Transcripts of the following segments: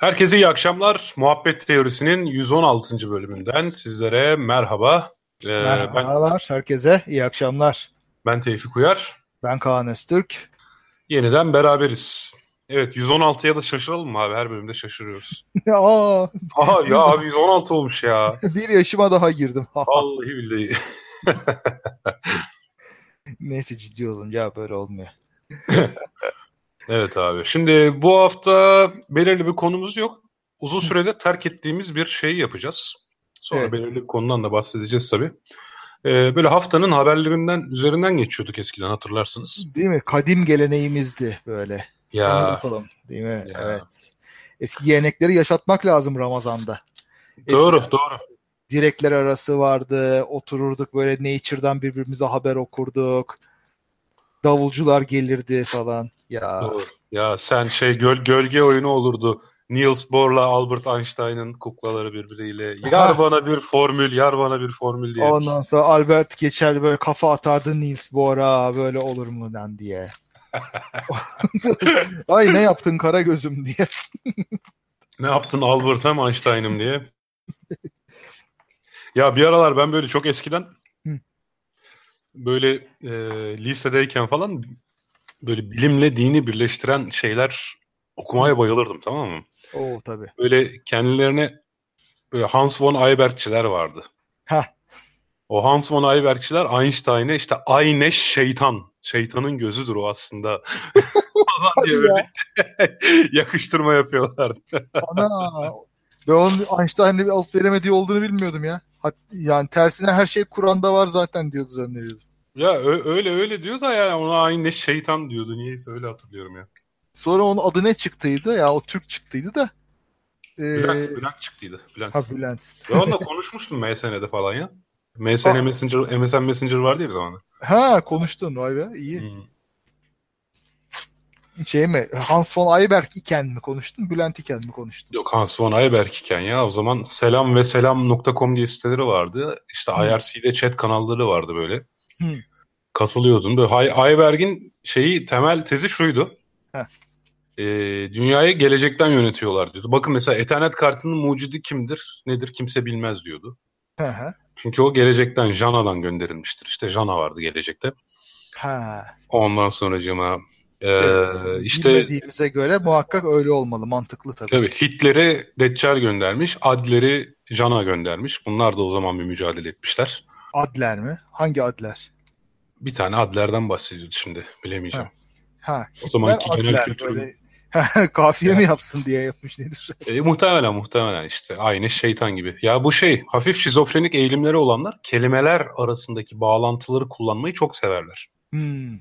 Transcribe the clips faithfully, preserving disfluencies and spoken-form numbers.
Herkese iyi akşamlar. Muhabbet Teorisi'nin yüz on altıncı bölümünden sizlere merhaba. Ee, ben Merhabalar herkese, iyi akşamlar. ben Tevfik Uyar. Ben Kaan Öztürk. Yeniden beraberiz. Evet, yüz on altıya da şaşıralım mı abi? Her bölümde şaşırıyoruz. Aa, Aha ya bir, abi yüz on altı olmuş ya. bir yaşıma daha girdim. Vallahi billahi. Neyse ciddi olunca böyle olmuyor. Evet abi. Şimdi bu hafta belirli bir konumuz yok. Uzun sürede terk ettiğimiz bir şey yapacağız. Sonra Evet, belirli bir konudan da bahsedeceğiz tabii. Ee, böyle haftanın haberlerinden üzerinden geçiyorduk eskiden, hatırlarsınız. değil mi? Kadim geleneğimizdi böyle. Onu Ya yapalım, değil mi? ya Evet. Eski gelenekleri yaşatmak lazım Ramazan'da. Eskiden doğru doğru. direkler arası vardı, otururduk böyle Nature'dan birbirimize haber okurduk. Davulcular gelirdi falan. Ya Doğru. Ya sen şey göl, gölge oyunu olurdu. Niels Bohr'la Albert Einstein'ın kuklaları birbiriyle. Yar ha. bana bir formül, yar bana bir formül diye. Ondan sonra Albert geçer böyle kafa atardı Niels Bohr'a böyle olur mu lan diye. Ay ne yaptın kara gözüm diye. Ne yaptın Albert'ım Einstein'ım diye. Ya bir aralar ben böyle çok eskiden böyle e, lisedeyken falan böyle bilimle dini birleştiren şeyler okumaya bayılırdım, tamam mı? Oo tabii. Böyle kendilerine böyle Hans von Eyberg'çiler vardı. Ha. O Hans von Eyberg'çiler Einstein'e işte Ayneş şeytan, şeytanın gözüdür o aslında falan diye Hadi böyle ya. yakıştırma yapıyorlardı. Ana. Ben onun Einstein'le bir alıp veremediği olduğunu bilmiyordum ya. Hat, yani tersine her şey Kur'an'da var zaten diyordu zannediyordum. Ya ö- öyle öyle diyor da yani ona Ayneş şeytan diyordu. Niyeyse öyle hatırlıyorum ya. Sonra onun adı ne çıktıydı? Ya o Türk çıktıydı da. Bülent, Ee, Bülent çıktıydı. ha Bülent. Bülent. Ve onunla konuşmuştum M S N'de falan ya. M S N Ha, Messenger, M S N Messenger vardı ya bir zamanlar. ha konuştun vay be iyi. Hmm. Şey mi? Hans von Ayberg iken mi konuştun? Bülent iken mi konuştun? Yok, Hans von Ayberg iken ya. O zaman selam ve selam nokta com diye siteleri vardı. İşte Hı, I R C'de chat kanalları vardı böyle. hı, Katılıyordun. Böyle Hay Ayberg'in şeyi, temel tezi şuydu. ha, Ee, Dünyayı gelecekten yönetiyorlar diyordu. Bakın mesela Ethernet kartının mucidi kimdir, nedir kimse bilmez diyordu. ha, ha. Çünkü o gelecekten, Jana'dan gönderilmiştir. İşte Jana vardı gelecekte. Ha. Ondan sonracığıma Evet. ee, işte Bilmediğimize göre muhakkak öyle olmalı. Mantıklı tabii tabii ki. Hitler'i Deccal göndermiş, Adler'i Jana göndermiş. Bunlar da o zaman bir mücadele etmişler. Adler mi? Hangi Adler? Bir tane Adler'den bahsediyordu, şimdi bilemeyeceğim. Ha. Ha. O Hitler zamanki genel Adler kültürün böyle kafiye mi yapsın diye yapmış nedir? E, muhtemelen muhtemelen işte aynı şeytan gibi. Ya bu şey, hafif şizofrenik eğilimleri olanlar kelimeler arasındaki bağlantıları kullanmayı çok severler. Hmm.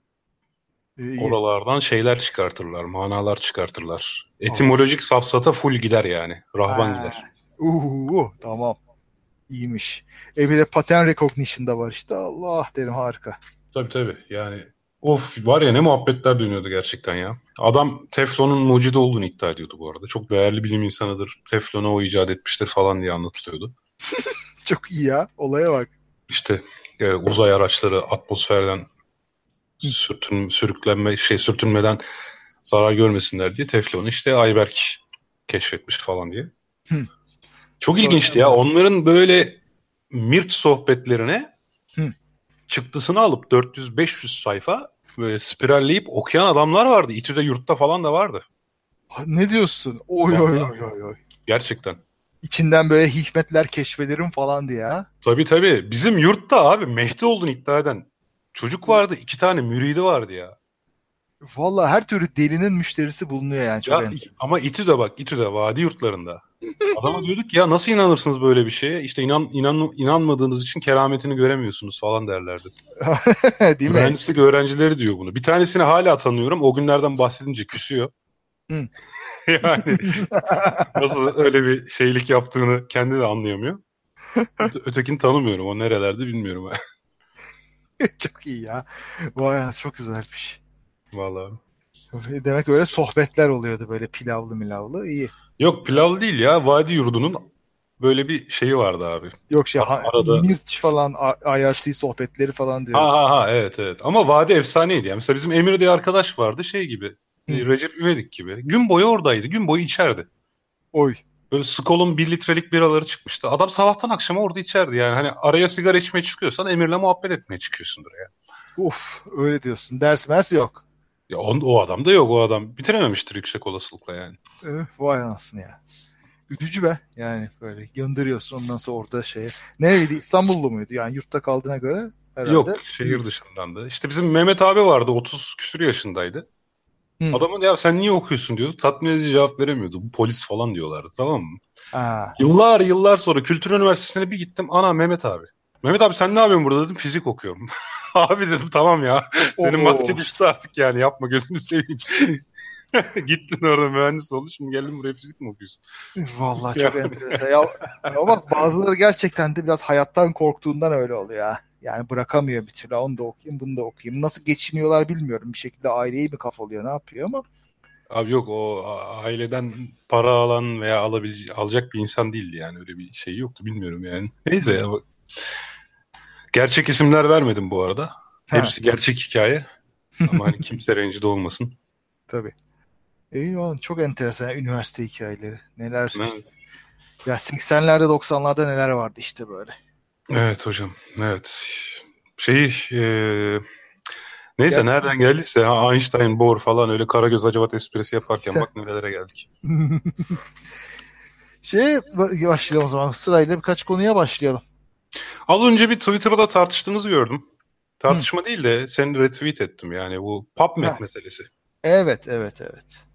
İyi, iyi. Oralardan şeyler çıkartırlar, manalar çıkartırlar. Oh. Etimolojik safsata full gider yani. Rahvan Ha. gider. Uhu, tamam. İyiymiş. E bir de pattern recognition da var işte. Allah derim harika. Tabii tabii yani. Of, var ya ne muhabbetler dönüyordu gerçekten ya. Adam Teflon'un mucidi olduğunu iddia ediyordu bu arada. Çok değerli bilim insanıdır. Teflon'u o icat etmiştir falan diye anlatılıyordu. Çok iyi ya. Olaya bak. İşte e, uzay araçları atmosferden Hı, sürtün, sürüklenme şey sürtünmeden zarar görmesinler diye Teflon'u işte Ayberk keşfetmiş falan diye. hı. Çok Sonra ilginçti ya. Onların böyle Mirt sohbetlerine hı. çıktısını alıp dört yüz beş yüz sayfa böyle spiralleyip okuyan adamlar vardı. İTÜ'de, yurtta falan da vardı. Ha, ne diyorsun? Oy oy Vallahi oy oy oy. gerçekten. İçinden böyle hikmetler keşfederim falan diye ha. Tabii tabii. Bizim yurtta abi Mehdi olduğunu iddia eden çocuk vardı. İki tane müridi vardı ya. Vallahi her türlü delinin müşterisi bulunuyor yani çok Ya enteresan. ama İTÜ'de, bak İTÜ'de vadi yurtlarında. Adama diyorduk ya, nasıl inanırsınız böyle bir şeye? İşte inan, inan inanmadığınız için kerametini göremiyorsunuz falan derlerdi. Değil mi? Mühendislik öğrencileri diyor bunu. Bir tanesini hala tanıyorum. O günlerden bahsedince küsüyor. Hı. Yani nasıl öyle bir şeylik yaptığını kendi de anlayamıyor. Öte, ötekini tanımıyorum. O nerelerde bilmiyorum. Çok iyi ya. Vay çok güzelmiş. Vallahi. Demek öyle sohbetler oluyordu böyle pilavlı milavlı. İyi. Yok, pilav değil ya. Vadi yurdunun böyle bir şeyi vardı abi. Yok şey Ar- ha, arada. Mirç falan I R C sohbetleri falan Ha diyorum. ha ha, evet evet. Ama vadi efsaneydi ya. Mesela bizim Emir diye arkadaş vardı, şey gibi. e, Hı. Recep İvedik gibi. Gün boyu oradaydı. Gün boyu içerdi. Oy. Böyle Skol'un bir litrelik biraları çıkmıştı. Adam sabahtan akşama orada içerdi yani. Hani araya sigara içmeye çıkıyorsan Emir'le muhabbet etmeye çıkıyorsundur ya. Uf, öyle diyorsun. Ders mers yok. Ya on, o adam da yok, o adam bitirememiştir yüksek olasılıkla yani. Öf, vay anasını ya. Üzücü be. Yani böyle gönderiyorsun ondan sonra orada şeye. Nereliydi? İstanbullu muydu? Yani yurtta kaldığına göre herhalde Yok, şehir değil. dışındandı. İşte bizim Mehmet abi vardı, otuz küsur yaşındaydı. Hı. Adamın ya sen niye okuyorsun diyordu. Tatmin edici cevap veremiyordu. Bu polis falan diyorlardı, tamam mı? Aa. Yıllar yıllar sonra Kültür Üniversitesi'ne bir gittim. Ana Mehmet abi. Mehmet abi sen ne yapıyorsun burada dedim. Fizik okuyorum. Abi dedim tamam ya. Senin maske Oo. düştü artık yani, yapma gözünü seveyim. Gittin orada mühendis oldun, şimdi geldin buraya fizik mi okuyorsun? Vallahi Ya. çok enteresan. Ya, ama bak bazıları gerçekten de biraz hayattan korktuğundan öyle oluyor ya. Yani bırakamıyor bir türlü. Onu da okuyayım, bunu da okuyayım. Nasıl geçiniyorlar bilmiyorum. Bir şekilde aileyi mi kafalıyor, ne yapıyor ama. Abi yok, o a- aileden para alan veya alabilecek, alacak bir insan değildi yani, öyle bir şey yoktu, bilmiyorum yani. Neyse Hmm. ya. Gerçek isimler vermedim bu arada. Ha, Hepsi gerçek hikaye. Ama hani kimse rencide olmasın. tabii. İyi oğlum, çok enteresan ya, üniversite hikayeleri. Neler Evet, işte. Ya seksenlerde doksanlarda neler vardı işte böyle. evet hocam. Evet. Şey e, neyse, Gel. nereden geldiyse ha, Einstein, Bohr falan öyle Karagöz Hacivat esprisi yaparken Sen. bak nerelere geldik. Şeye başlayalım o zaman. Sırayla birkaç konuya başlayalım. Az önce bir Twitter'da tartıştığınızı gördüm. Hı. Tartışma değil de seni retweet ettim yani, bu PubMed Ha, meselesi. evet, evet, evet.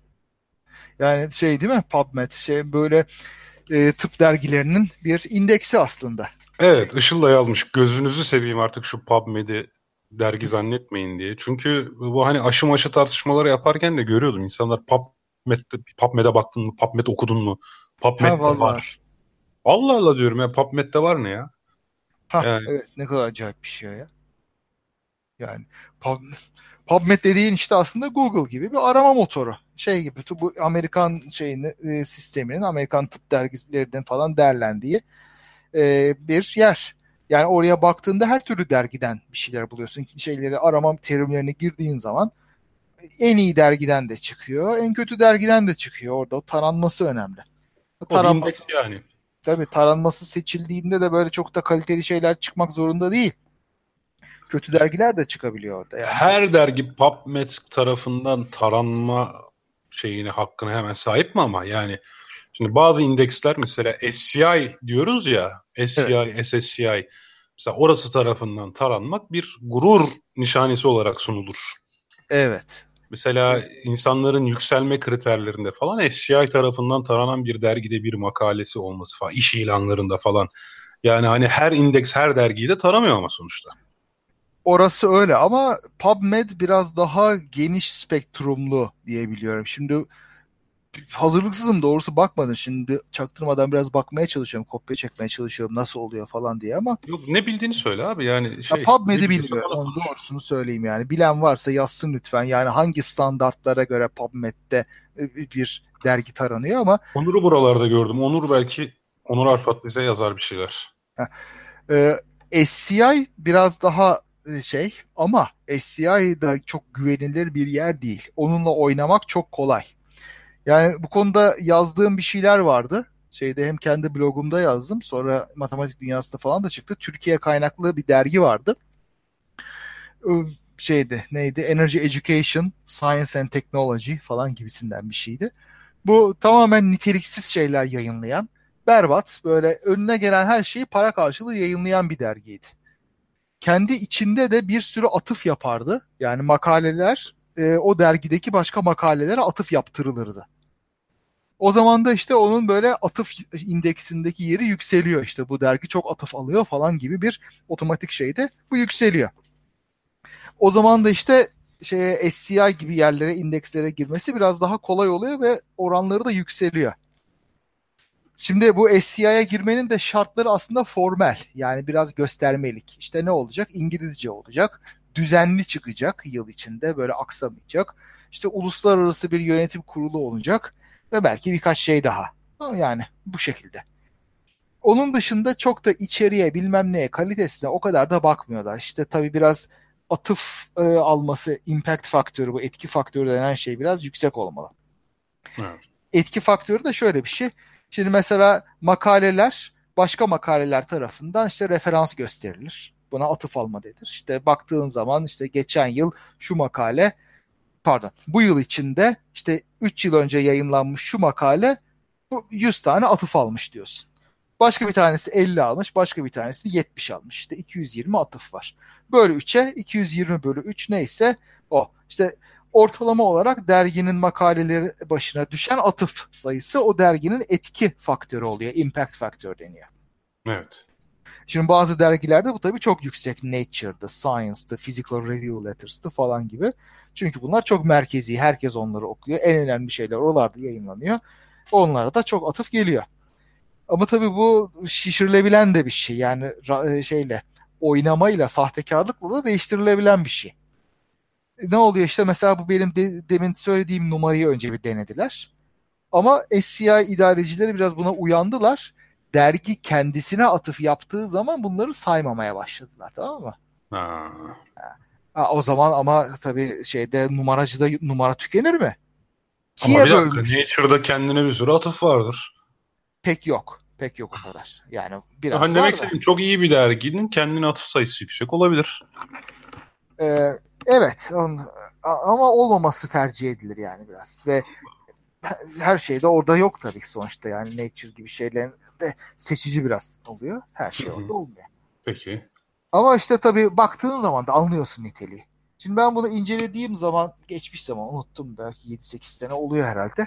Yani şey değil mi? PubMed şey böyle e, tıp dergilerinin bir indeksi aslında. Şey. Evet, Işıl yazmış. Gözünüzü seveyim artık şu PubMed'i dergi zannetmeyin diye. Çünkü bu hani aşı maşı tartışmaları yaparken de görüyordum. İnsanlar PubMed'de, PubMed'e baktın mı? PubMed okudun mu? Ha PubMed'de vallahi. var. Allah Allah diyorum ya, PubMed'de var ne ya? Ha Yani evet, ne kadar acayip bir şey ya. Yani Pub, PubMed dediğin işte aslında Google gibi bir arama motoru. Şey gibi bu Amerikan şeyini e, sisteminin Amerikan tıp dergilerinin falan derlendiği e, bir yer. Yani oraya baktığında her türlü dergiden bir şeyler buluyorsun. Şeyleri arama terimlerini girdiğin zaman en iyi dergiden de çıkıyor, en kötü dergiden de çıkıyor. Orada taranması önemli. o bir Taranması indeks yani. tabii taranması seçildiğinde de böyle çok da kaliteli şeyler çıkmak zorunda değil. Kötü dergiler de çıkabiliyor orada yani. Her dergi PubMed tarafından taranma şeyini, hakkına hemen sahip mi ama yani şimdi bazı indeksler, mesela S C I diyoruz ya, Evet. S C I, S S C I, mesela orası tarafından taranmak bir gurur nişanesi olarak sunulur. Evet. Mesela insanların yükselme kriterlerinde falan S C I tarafından taranan bir dergide bir makalesi olması falan, iş ilanlarında falan. Yani hani her indeks her dergiyi de taramıyor ama sonuçta. Orası öyle ama PubMed biraz daha geniş spektrumlu diyebiliyorum. Şimdi hazırlıksızım, doğrusu bakmadım. Şimdi çaktırmadan biraz bakmaya çalışıyorum. Kopya çekmeye çalışıyorum nasıl oluyor falan diye ama Yok, ne bildiğini söyle abi, yani ya şey, ne PubMed'i biliyorsan bilmiyorum. bana Onun konuş. doğrusunu söyleyeyim yani. Bilen varsa yazsın lütfen. Yani hangi standartlara göre PubMed'de e, bir dergi taranıyor ama Onur'u buralarda gördüm. Onur belki, Onur Arpat bize yazar bir şeyler. e, S C I biraz daha e, şey ama S C I da çok güvenilir bir yer değil. Onunla oynamak çok kolay. Yani bu konuda yazdığım bir şeyler vardı. Şeyde hem kendi blogumda yazdım. Sonra Matematik Dünyası'nda falan da çıktı. Türkiye kaynaklı bir dergi vardı. Şeydi neydi? Energy Education, Science and Technology falan gibisinden bir şeydi. Bu tamamen niteliksiz şeyler yayınlayan, berbat, böyle önüne gelen her şeyi para karşılığı yayınlayan bir dergiydi. Kendi içinde de bir sürü atıf yapardı. Yani makaleler e, o dergideki başka makalelere atıf yaptırılırdı. O zaman da işte onun böyle atıf indeksindeki yeri yükseliyor. İşte bu dergi çok atıf alıyor falan gibi bir otomatik şeyde bu yükseliyor. O zaman da işte şeye S C I gibi yerlere, indekslere girmesi biraz daha kolay oluyor ve oranları da yükseliyor. Şimdi bu S C I'ye girmenin de şartları aslında formel. Yani biraz göstermelik. İşte ne olacak? İngilizce olacak. Düzenli çıkacak yıl içinde. Böyle aksamayacak. İşte uluslararası bir yönetim kurulu olacak. Ve belki birkaç şey daha. Yani bu şekilde. Onun dışında çok da içeriye bilmem neye, kalitesine o kadar da bakmıyorlar. İşte tabii biraz atıf e, alması, impact faktörü, bu etki faktörü denen şey biraz yüksek olmalı. Evet. etki faktörü de şöyle bir şey. Şimdi mesela makaleler başka makaleler tarafından işte referans gösterilir. Buna atıf alma denir. İşte baktığın zaman işte geçen yıl şu makale, pardon bu yıl içinde işte üç yıl önce yayınlanmış şu makale bu yüz tane atıf almış diyorsun. Başka bir tanesi elli almış, başka bir tanesi de yetmiş almış. İşte iki yüz yirmi atıf var. Bölü üçe iki yüz yirmi bölü üç neyse o. İşte ortalama olarak derginin makaleleri başına düşen atıf sayısı o derginin etki faktörü oluyor. Impact faktör deniyor. Evet. Şimdi bazı dergilerde bu tabii çok yüksek. Nature'da, Science'da, Physical Review Letters'da falan gibi. Çünkü bunlar çok merkezi. Herkes onları okuyor. En önemli şeyler oralarda yayınlanıyor. Onlara da çok atıf geliyor. Ama tabii bu şişirilebilen de bir şey. Yani şeyle, oynamayla, sahtekarlıkla da değiştirilebilen bir şey. Ne oluyor işte mesela bu benim de, demin söylediğim numarayı önce bir denediler. Ama S C I idarecileri biraz buna uyandılar. Dergi kendisine atıf yaptığı zaman bunları saymamaya başladılar, tamam mı? Ha. Ha, o zaman ama tabii şeyde numaracıda numara tükenir mi? Ama bir ikiye dakika, bölmüş. Nature'da kendine bir sürü atıf vardır. Pek yok. Pek yok o kadar. Yani biraz Hani demek var da. istediğim, çok iyi bir derginin kendine atıf sayısı yüksek olabilir. Ee, evet. On, ama olmaması tercih edilir yani biraz. Ve her şey de orada yok tabii sonuçta. Yani Nature gibi şeylerin de seçici biraz oluyor. Her Hı şey hı. orada olmuyor. Peki. Ama işte tabii baktığın zaman da anlıyorsun niteliği. Şimdi ben bunu incelediğim zaman, geçmiş zaman unuttum, belki yedi sekiz sene oluyor herhalde.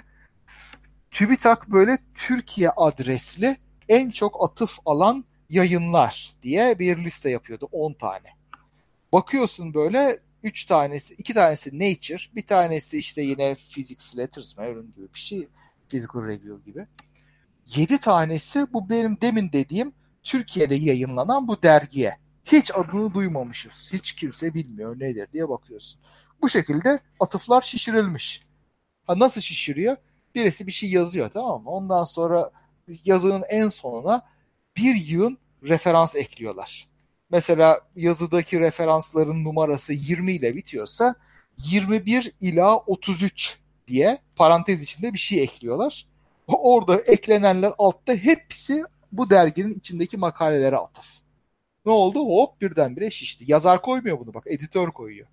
TÜBİTAK böyle Türkiye adresli en çok atıf alan yayınlar diye bir liste yapıyordu, on tane. Bakıyorsun böyle üç tanesi, iki tanesi Nature, bir tanesi işte yine Physics Letters mı, ürün gibi bir şey, Physical Review gibi. Yedi tanesi bu benim demin dediğim Türkiye'de yayınlanan bu dergiye. Hiç adını duymamışız. Hiç kimse bilmiyor nedir diye bakıyorsun. Bu şekilde atıflar şişirilmiş. Ha, nasıl şişiriyor? Birisi bir şey yazıyor, tamam mı? Ondan sonra yazının en sonuna bir yığın referans ekliyorlar. Mesela yazıdaki referansların numarası yirmi ile bitiyorsa yirmi bir ila otuz üç diye parantez içinde bir şey ekliyorlar. Orada eklenenler altta hepsi bu derginin içindeki makalelere atıf. Ne oldu? Hop birdenbire şişti. Yazar koymuyor bunu, bak editör koyuyor.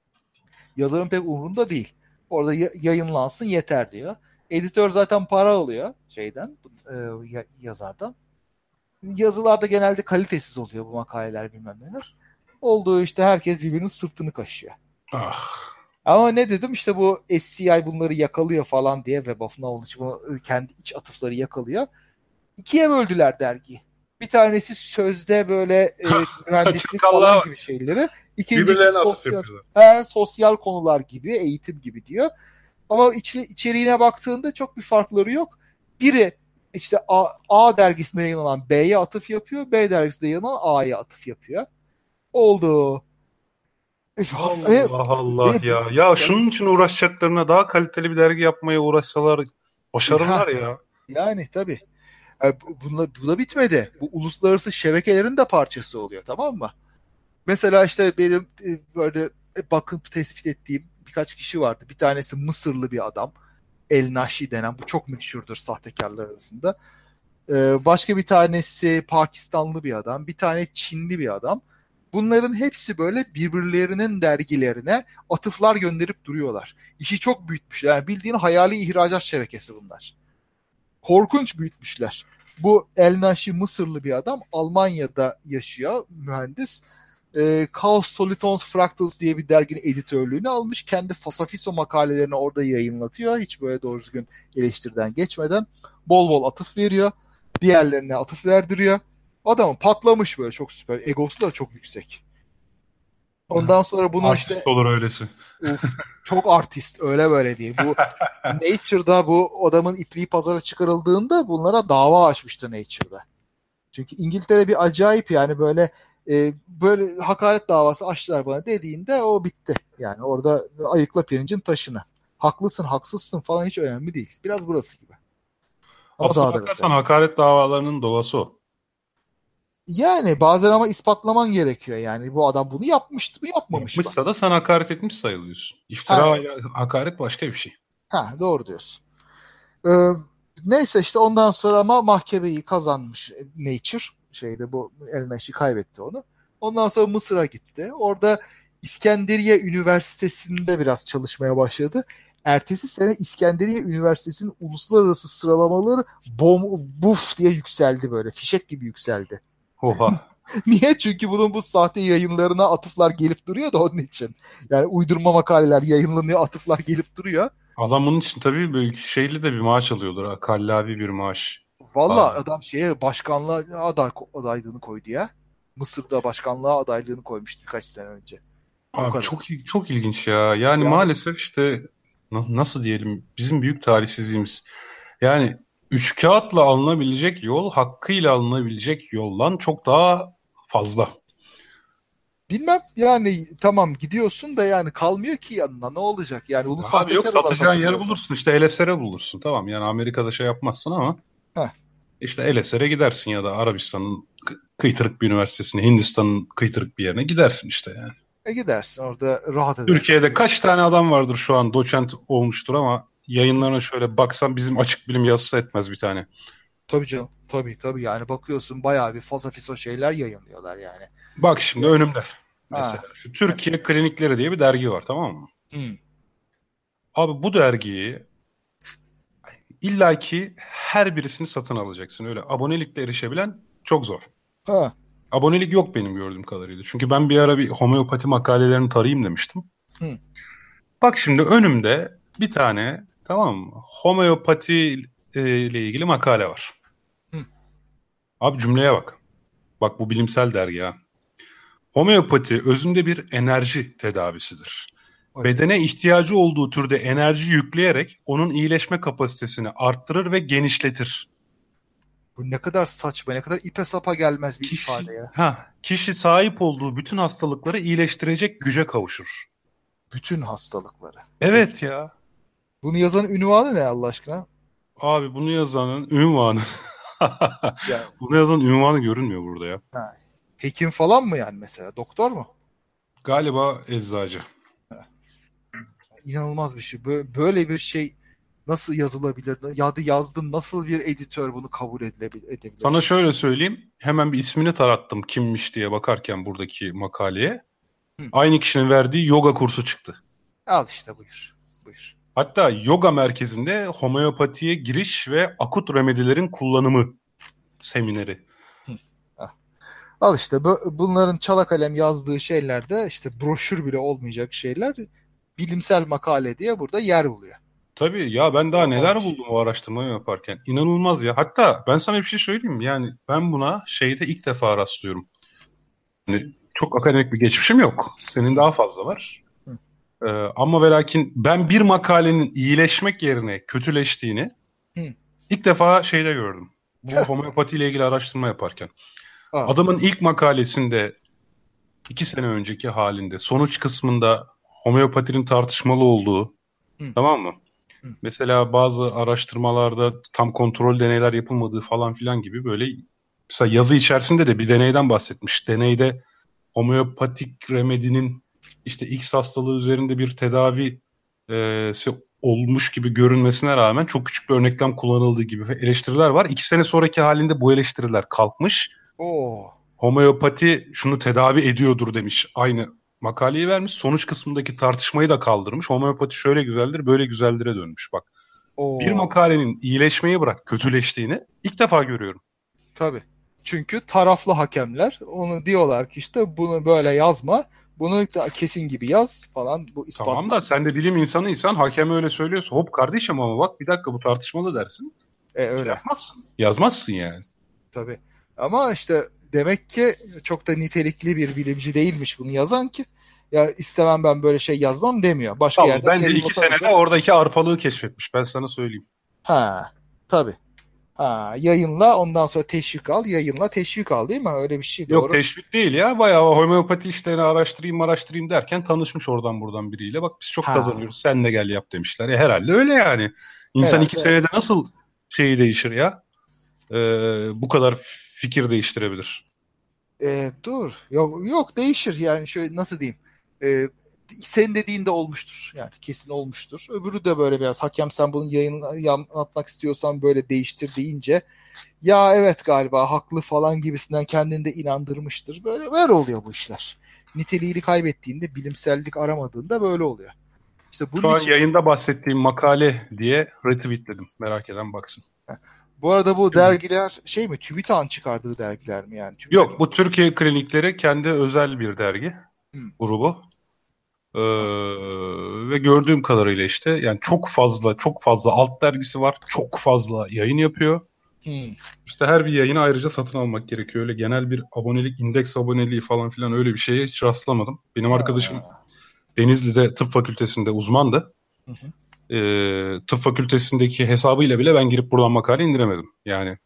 Yazarın pek umurunda değil. Orada yayınlansın yeter diyor. Editör zaten para alıyor şeyden, e, yazardan. Yazılarda genelde kalitesiz oluyor bu makaleler, bilmem neler. Olduğu işte herkes birbirinin sırtını kaşıyor. Ah. Ama ne dedim işte, bu S C I bunları yakalıyor falan diye, Web of Knowledge bu kendi iç atıfları yakalıyor. İkiye böldüler dergiyi. Bir tanesi sözde böyle e, mühendislik Çakallığa falan bak. gibi şeyleri. İkincisi Birbirlerine atıf sosyal, yapıyorlar. he, sosyal konular gibi, eğitim gibi diyor. Ama iç, içeriğine baktığında çok bir farkları yok. Biri işte A, A dergisinde yayınlanan B'ye atıf yapıyor. B dergisinde yayınlanan A'ya atıf yapıyor. Oldu. E, Allah Allah e, bu, ya. Ya tabii, şunun için uğraşacaklarına daha kaliteli bir dergi yapmaya uğraşsalar başarırlar ha, ya. yani tabii. E, bu, bunla, bu da bitmedi. Bu uluslararası şebekelerin de parçası oluyor, tamam mı? Mesela işte benim e, böyle e, bakıp tespit ettiğim birkaç kişi vardı. Bir tanesi Mısırlı bir adam. El Naşi denen, bu çok meşhurdur sahtekarlar arasında. Ee, başka bir tanesi Pakistanlı bir adam. Bir tane Çinli bir adam. Bunların hepsi böyle birbirlerinin dergilerine atıflar gönderip duruyorlar. İşi çok büyütmüşler. Yani bildiğin hayali ihracat şebekesi bunlar. Korkunç büyütmüşler. Bu El Naşi Mısırlı bir adam. Almanya'da yaşıyor, mühendis. E, Chaos Solitons Fractals diye bir derginin editörlüğünü almış. Kendi fasafiso makalelerini orada yayınlatıyor. Hiç böyle doğru düzgün eleştiriden geçmeden. Bol bol atıf veriyor. Diğerlerine atıf verdiriyor. Adamın patlamış böyle, çok süper. Egosu da çok yüksek. Ondan sonra bunu Artist işte, olur öylesi. uf, çok artist, öyle böyle değil. Bu Nature'da bu adamın ipliği pazara çıkarıldığında bunlara dava açmıştı Nature'da. Çünkü İngiltere bir acayip yani, böyle e, böyle hakaret davası açtılar bana dediğinde o bitti. Yani orada ayıkla pirincin taşını. Haklısın, haksızsın falan hiç önemli değil. Biraz burası gibi. Ama Aslına daha da bakarsan beter. hakaret davalarının doğası o. Yani bazen ama ispatlaman gerekiyor. Yani bu adam bunu yapmıştı mı, yapmamış mı? Yapmışsa da sen hakaret etmiş sayılıyorsun. Ha, İftira ile hakaret başka bir şey. ha doğru diyorsun. Ee, Neyse işte ondan sonra ama mahkemeyi kazanmış Nature. Şeyde bu El kaybetti onu. Ondan sonra Mısır'a gitti. Orada İskenderiye Üniversitesi'nde biraz çalışmaya başladı. Ertesi sene İskenderiye Üniversitesi'nin uluslararası sıralamaları bom buf diye yükseldi böyle. Fişek gibi yükseldi. Oha. Niye? Çünkü bunun bu sahte yayınlarına atıflar gelip duruyor da onun için. Yani uydurma makaleler yayınlanıyor, atıflar gelip duruyor. Adam bunun için tabii böyle şeyli de bir maaş alıyordur. Ha. Kallavi bir maaş. Valla Aa. adam şeye başkanlığa aday, adaylığını koydu ya. Mısır'da başkanlığa adaylığını koymuştu birkaç sene önce. O Abi kadar. çok il- çok ilginç ya. Yani Yani maalesef işte na- nasıl diyelim bizim büyük tarihsizliğimiz. Yani üç kağıtla alınabilecek yol hakkıyla alınabilecek yoldan çok daha fazla. bilmem yani tamam gidiyorsun da yani kalmıyor ki yanına ne olacak? Yani bunu Abi yok sahtekar olarak satacağın yeri hatırlıyorsun. bulursun işte L S R bulursun tamam yani Amerika'da şey yapmazsın ama Heh, işte L S R'e gidersin ya da Arabistan'ın kı- kıytırık bir üniversitesine Hindistan'ın kıytırık bir yerine gidersin işte yani. e gidersin orada rahat edersin. Türkiye'de kaç tane adam vardır şu an doçent olmuştur ama yayınlarına şöyle baksan bizim açık bilim yazısı etmez bir tane. Tabii canım. Tabii tabii yani bakıyorsun bayağı bir fasafiso şeyler yayınlıyorlar yani. Bak şimdi Ya, önümde mesela ha şu mesela. Türkiye Klinikleri diye bir dergi var tamam mı? Hmm. Abi bu dergiyi illaki her birisini satın alacaksın. Öyle abonelikle erişebilen çok zor. Ha. Abonelik yok benim gördüğüm kadarıyla. Çünkü ben bir ara bir homeopati makalelerini tarayayım demiştim. Hmm. Bak şimdi önümde bir tane tamam mı? Homeopati e, ile ilgili makale var. Hmm. Abi cümleye bak. Bak bu bilimsel dergi ha. Homeopati özünde bir enerji tedavisidir. Hadi. Bedene ihtiyacı olduğu türde enerji yükleyerek onun iyileşme kapasitesini arttırır ve genişletir. Bu ne kadar saçma, ne kadar ipe sapa gelmez bir Kişi, ifade ya. ha, kişi sahip olduğu bütün hastalıkları iyileştirecek güce kavuşur. Bütün hastalıkları. Peki. Evet ya. Bunu yazan ünvanı ne Allah aşkına? Abi bunu yazanın ünvanı. Yani Bunu yazan ünvanı görünmüyor burada ya. ha, hekim falan mı yani mesela? Doktor mu? Galiba eczacı. Ha, İnanılmaz bir şey. Bö- Böyle bir şey nasıl yazılabilir? Ya da yazdın nasıl bir editör bunu kabul edilebilir, Sana edebilir? şöyle söyleyeyim. Hemen bir ismini tarattım kimmiş diye bakarken buradaki makaleye. Hı. Aynı kişinin verdiği yoga kursu çıktı. Al işte buyur. Buyur. Hatta yoga merkezinde homeopatiye giriş ve akut remedilerin kullanımı semineri. Hı. Ah. Al işte bu, bunların çala kalem yazdığı şeyler de işte broşür bile olmayacak şeyler bilimsel makale diye burada yer buluyor. Tabii ya ben daha İnanılmaz neler bir şey. buldum o araştırmayı yaparken. İnanılmaz ya. Hatta ben sana bir şey söyleyeyim mi? Yani ben buna şeyde ilk defa rastlıyorum. Yani çok akademik bir geçmişim yok. Senin Hı. daha fazla var. Hı. Ee, ama ve lakin ben bir makalenin iyileşmek yerine kötüleştiğini Hı. ilk defa şeyde gördüm. Bu homeopati ile ilgili araştırma yaparken. Aa. Adamın ilk makalesinde iki sene önceki halinde sonuç kısmında homeopatinin tartışmalı olduğu Hı. tamam mı? Hı. Mesela bazı araştırmalarda tam kontrol deneyler yapılmadığı falan filan gibi böyle mesela yazı içerisinde de bir deneyden bahsetmiş. Deneyde homeopatik remedinin işte X hastalığı üzerinde bir tedavi e, olmuş gibi görünmesine rağmen çok küçük bir örneklem kullanıldığı gibi eleştiriler var. İki sene sonraki halinde bu eleştiriler kalkmış. Oo. Homeopati şunu tedavi ediyordur demiş. Aynı makaleyi vermiş. Sonuç kısmındaki tartışmayı da kaldırmış. Homeopati şöyle güzeldir, böyle güzeldir'e dönmüş. Bak bir Oo. makalenin iyileşmeyi bırak kötüleştiğini ilk defa görüyorum. Tabii. Çünkü taraflı hakemler onu diyorlar ki işte bunu böyle yazma. Bunu da kesin gibi yaz falan bu Tamam ispatla. da sen de bilim insanıysan hakem öyle söylüyorsa hop kardeşim ama bak bir dakika bu tartışmalı dersin. E öyle. Yapmazsın. Yazmazsın yani. Tabii. Ama işte demek ki çok da nitelikli bir bilimci değilmiş bunu yazan ki ya istemem ben böyle şey yazmam demiyor. Başka Vallahi yerden bence iki yayınlasa senede bile. oradaki arpalığı keşfetmiş. Ben sana söyleyeyim. Ha, tabii. Ha, yayınla ondan sonra teşvik al, yayınla teşvik al değil mi? Öyle bir şey Yok doğru. teşvik değil ya. Bayağı homeopati işlerini araştırayım araştırayım derken tanışmış oradan buradan biriyle. Bak biz çok Ha, kazanıyoruz. Sen de gel yap demişler. Ya herhalde öyle yani. İnsan iki herhalde öyle. senede nasıl şeyi değişir ya? Ee, bu kadar fikir değiştirebilir. E, dur. Yok, yok değişir yani şöyle nasıl diyeyim. E, Senin dediğinde olmuştur. Yani kesin olmuştur. Öbürü de böyle biraz hakem sen bunu yayın anlatmak istiyorsan böyle değiştir deyince ya evet galiba haklı falan gibisinden kendini de inandırmıştır. Böyle böyle oluyor bu işler. Niteliğini kaybettiğinde, bilimsellik aramadığında böyle oluyor. İşte bunun Şu an için yayında bahsettiğim makale diye retweetledim. Merak eden baksın. bu arada bu dergiler şey mi? TÜBİTAK'ın çıkardığı dergiler mi yani? TÜBİTAK Yok, bu Türkiye Klinikleri kendi özel bir dergi hmm. grubu. Ee, ve gördüğüm kadarıyla işte yani çok fazla çok fazla alt dergisi var. Çok fazla yayın yapıyor. Hmm. İşte her bir yayını ayrıca satın almak gerekiyor. Öyle genel bir abonelik, indeks aboneliği falan filan öyle bir şeye hiç rastlamadım. Benim arkadaşım Ha. Denizli'de tıp fakültesinde uzmandı. Hı hı. Ee, tıp fakültesindeki hesabıyla bile ben girip buradan makale indiremedim. Yani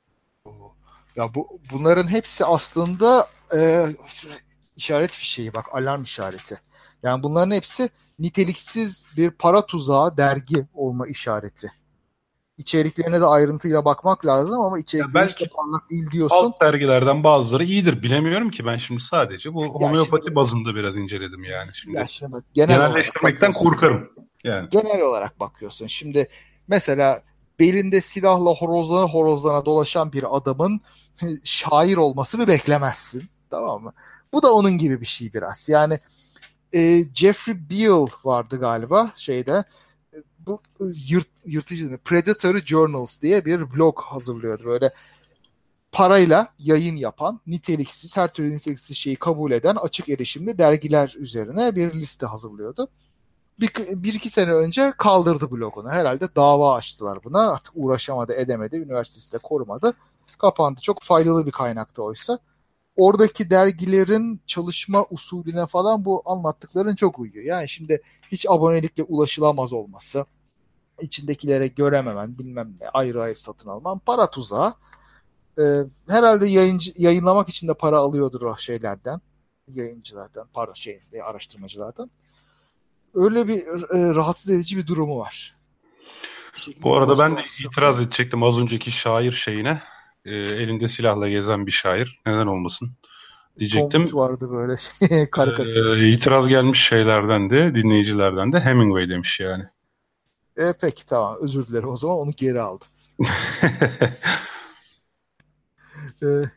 Ya bu bunların hepsi aslında e, işaret fişeği bak alarm işareti. Yani bunların hepsi niteliksiz bir para tuzağı dergi olma işareti. İçeriklerine de ayrıntıyla bakmak lazım ama ya içerikleri işte belki parlak değil diyorsun. alt dergilerden bazıları iyidir. Bilemiyorum ki, ben şimdi sadece bu Ya şimdi homeopati bazında biraz inceledim yani ya şimdi. şimdi bak genel olarak Genelleştirmekten bakıyorsun. korkarım. Yani. Genel olarak bakıyorsun. Şimdi mesela belinde silahla horozlana horozlana dolaşan bir adamın şair olmasını beklemezsin. Tamam mı? Bu da onun gibi bir şey biraz. Yani e, Jeffrey Beal vardı galiba şeyde. Bu yırt, yırtıcı değil mi? Predatory Journals diye bir blog hazırlıyordu. Böyle parayla yayın yapan, niteliksiz, her türlü niteliksiz şeyi kabul eden açık erişimli dergiler üzerine bir liste hazırlıyordu. Bir, bir iki sene önce kaldırdı blogunu. Herhalde dava açtılar buna. Artık uğraşamadı, edemedi. Üniversitesi de korumadı. Kapandı. Çok faydalı bir kaynaktı oysa. Oradaki dergilerin çalışma usulüne falan bu anlattıkların çok uyuyor. Yani şimdi hiç abonelikle ulaşılamaz olması, içindekilere görememen, bilmem ne, ayrı ayrı satın alman, para tuzağı. Ee, herhalde yayıncı, yayınlamak için de para alıyordur o şeylerden, yayıncılardan, pardon şey, araştırmacılardan. Öyle bir e, rahatsız edici bir durumu var. Bir şekilde Bu arada ben de ulaşılması çok zor. itiraz edecektim az önceki şair şeyine. E, elinde silahla gezen bir şair. Neden olmasın Tonguç diyecektim. vardı böyle karikatürist. E, itiraz gelmiş şeylerden de, dinleyicilerden de Hemingway demiş yani. E, peki tamam özür dilerim o zaman onu geri aldım. E,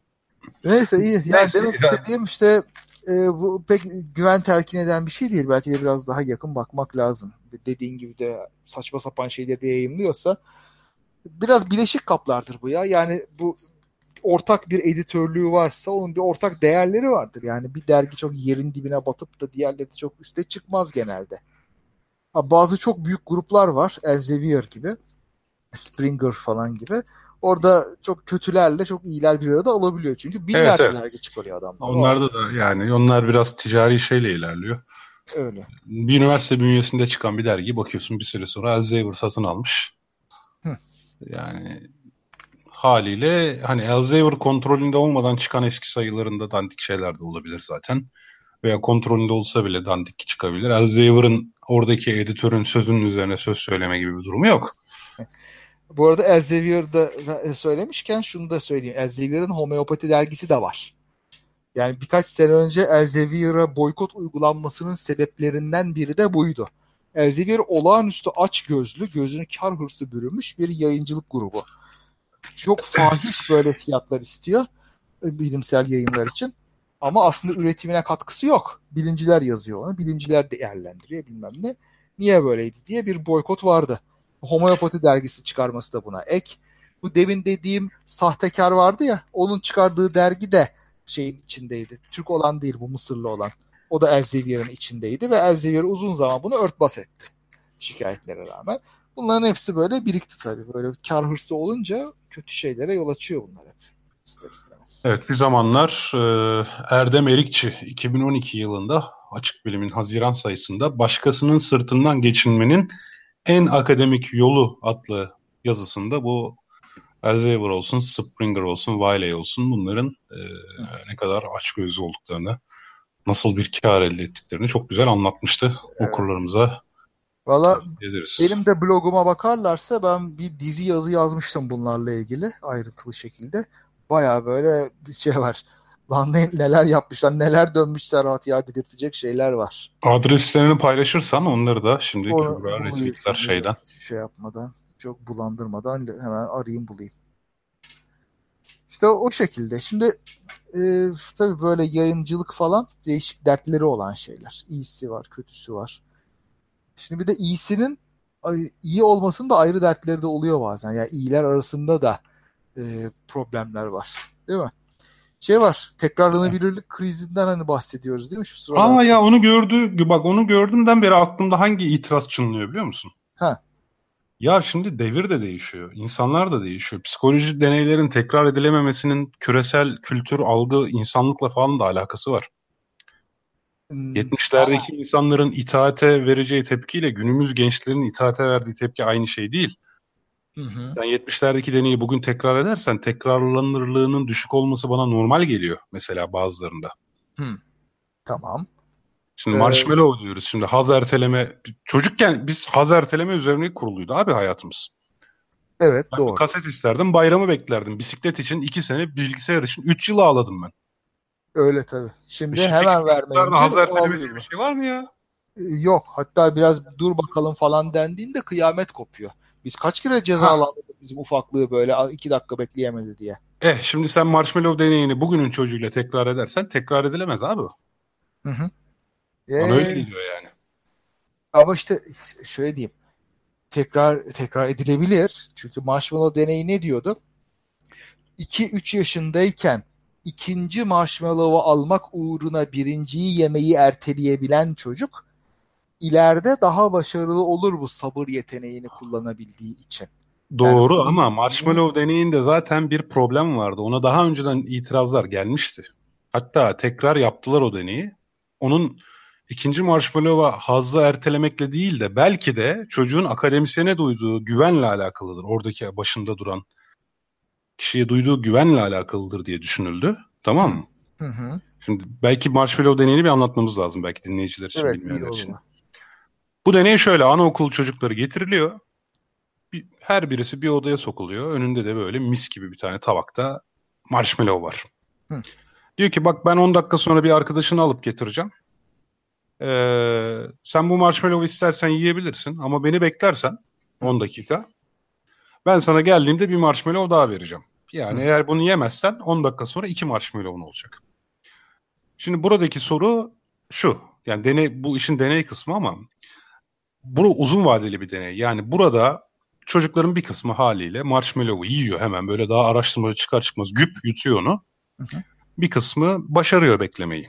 neyse iyi yani Neyse demek ya, istediğim işte e, bu pek güven telkin eden bir şey değil. Belki de biraz daha yakın bakmak lazım. Dediğin gibi de saçma sapan şeyleri de yayınlıyorsa biraz bileşik kaplardır bu ya. Yani bu ortak bir editörlüğü varsa onun bir ortak değerleri vardır. Yani bir dergi çok yerin dibine batıp da diğerleri de çok üste çıkmaz genelde. Ha, bazı çok büyük gruplar var. Elsevier gibi. Springer falan gibi. Orada çok kötülerle çok iyiler bir arada alabiliyor. Çünkü evet binlerce evet. dergi çıkarıyor adamlar. O ayrı. Onlarda da yani onlar biraz ticari şeyle ilerliyor. Öyle. Bir üniversite bünyesinde çıkan bir dergi bakıyorsun bir süre sonra Elsevier satın almış. Hı. Yani haliyle hani Elsevier kontrolünde olmadan çıkan eski sayılarında dandik şeyler de olabilir zaten. Veya kontrolünde olsa bile dandik çıkabilir. Elsevier'ın oradaki editörün sözünün üzerine söz söyleme gibi bir durumu yok. Bu arada Elsevier'da söylemişken şunu da söyleyeyim. Elsevier'in homeopati dergisi de var. Yani birkaç sene önce Elsevier'a boykot uygulanmasının sebeplerinden biri de buydu. Elsevier olağanüstü açgözlü, gözünü kar hırsı bürümüş bir yayıncılık grubu. Çok fahiş böyle fiyatlar istiyor bilimsel yayınlar için. Ama aslında üretimine katkısı yok. Bilimciler yazıyor onu, bilimciler değerlendiriyor bilmem ne. Niye böyleydi diye bir boykot vardı. Homeopati dergisi çıkarması da buna ek. Bu demin dediğim sahtekar vardı ya, onun çıkardığı dergi de şeyin içindeydi. Türk olan değil bu Mısırlı olan. O da Elsevier'in içindeydi ve Elsevier uzun zaman bunu örtbas etti. Şikayetlere rağmen. Bunların hepsi böyle birikti tabii. Böyle kar hırsı olunca kötü şeylere yol açıyor bunlar hep. İster istemez. Evet, bir zamanlar e, Erdem Erikçi iki bin on iki yılında Açık Bilim'in Haziran sayısında Başkasının Sırtından Geçinmenin En Akademik Yolu adlı yazısında bu Elsevier olsun, Springer olsun, Wiley olsun bunların e, ne kadar açgözlü olduklarını, nasıl bir kar elde ettiklerini çok güzel anlatmıştı. Evet. Okurlarımıza Valla tavsiye ederiz. benim de bloguma bakarlarsa ben bir dizi yazı yazmıştım bunlarla ilgili ayrıntılı şekilde. Baya böyle bir şey var. Lan ne, neler yapmışlar, neler dönmüşler rahat ya dedirtecek şeyler var. Adreslerini paylaşırsan onları da şimdi Onu Kübra bulayım retweetler şimdi de şeyden. şey yapmadan, çok bulandırmadan hemen arayayım bulayım. İşte o şekilde. Şimdi e, tabii böyle yayıncılık falan değişik dertleri olan şeyler. İyisi var, kötüsü var. Şimdi bir de iyisinin ay, iyi olmasının da ayrı dertleri de oluyor bazen. Yani iyiler arasında da e, problemler var. Değil mi? Şey var, tekrarlanabilirlik krizinden hani bahsediyoruz değil mi şu sıralar? Aa ya onu gördü, bak onu gördüğümden beri aklımda hangi itiraz çınlıyor biliyor musun? Ha. Ya şimdi devir de değişiyor, insanlar da değişiyor. Psikoloji deneylerin tekrar edilememesinin küresel kültür, algı, insanlıkla falan da alakası var. Hmm, ha. yetmişlerdeki insanların itaate vereceği tepkiyle günümüz gençlerin itaate verdiği tepki aynı şey değil. Hı hı. Sen yetmişlerdeki deneyi bugün tekrar edersen tekrarlanırlığının düşük olması bana normal geliyor mesela bazılarında. Hı, tamam. Şimdi Ee, marshmallow diyoruz. Şimdi haz erteleme. Çocukken biz haz erteleme üzerine kuruluydu abi hayatımız. evet Ben bir doğru. kaset isterdim, bayramı beklerdim. Bisiklet için iki sene, bilgisayar için üç yıl ağladım ben. Öyle tabii. E Şimdi şimdiki hemen çocuklarda vermeyince haz erteleme diye bir ağlıyorlar. şey var mı ya? Ee, Yok. Hatta biraz dur bakalım falan dendiğinde kıyamet kopuyor. Biz kaç kere Ha. cezalandırdık bizim ufaklığı böyle "Aa, iki dakika bekleyemedi" diye. Eh şimdi sen marshmallow deneyini bugünün çocuğuyla tekrar edersen tekrar edilemez abi. Hı hı. Bana öyle Ee, geliyor yani. ama işte şöyle diyeyim. Tekrar tekrar edilebilir. Çünkü Marshmallow deneyi ne diyordu? iki üç yaşındayken ikinci marshmallow'u almak uğruna birinciyi yemeyi erteleyebilen çocuk ileride daha başarılı olur bu sabır yeteneğini kullanabildiği için. Yani Doğru oyun ama yeteneğini marshmallow deneyinde zaten bir problem vardı. Ona daha önceden itirazlar gelmişti. Hatta tekrar yaptılar o deneyi. Onun ikinci marshmallow'a hazzı ertelemekle değil de belki de çocuğun akademisyene duyduğu güvenle alakalıdır. Oradaki başında duran kişiye duyduğu güvenle alakalıdır diye düşünüldü. Tamam hı, mı? hı, hı. Şimdi belki marshmallow deneyini bir anlatmamız lazım belki dinleyiciler için, Evet iyi bilmeyenler olur. için. Bu deney şöyle: anaokul çocukları getiriliyor. Bir- her birisi bir odaya sokuluyor. Önünde de böyle mis gibi bir tane tabakta marshmallow var. Hı, Diyor ki bak ben on dakika sonra bir arkadaşını alıp getireceğim. Ee, sen bu marshmallow'u istersen yiyebilirsin ama beni beklersen hı, on dakika ben sana geldiğimde bir marshmallow daha vereceğim. hı, Yani eğer bunu yemezsen on dakika sonra iki marshmallow'un olacak. Şimdi buradaki soru şu. Yani deney, bu işin deney kısmı ama bu uzun vadeli bir deney. Yani burada çocukların bir kısmı haliyle marshmallow'u yiyor hemen, böyle daha araştırmacı çıkar çıkmaz güp yutuyor onu. hı, hı. Bir kısmı başarıyor beklemeyi.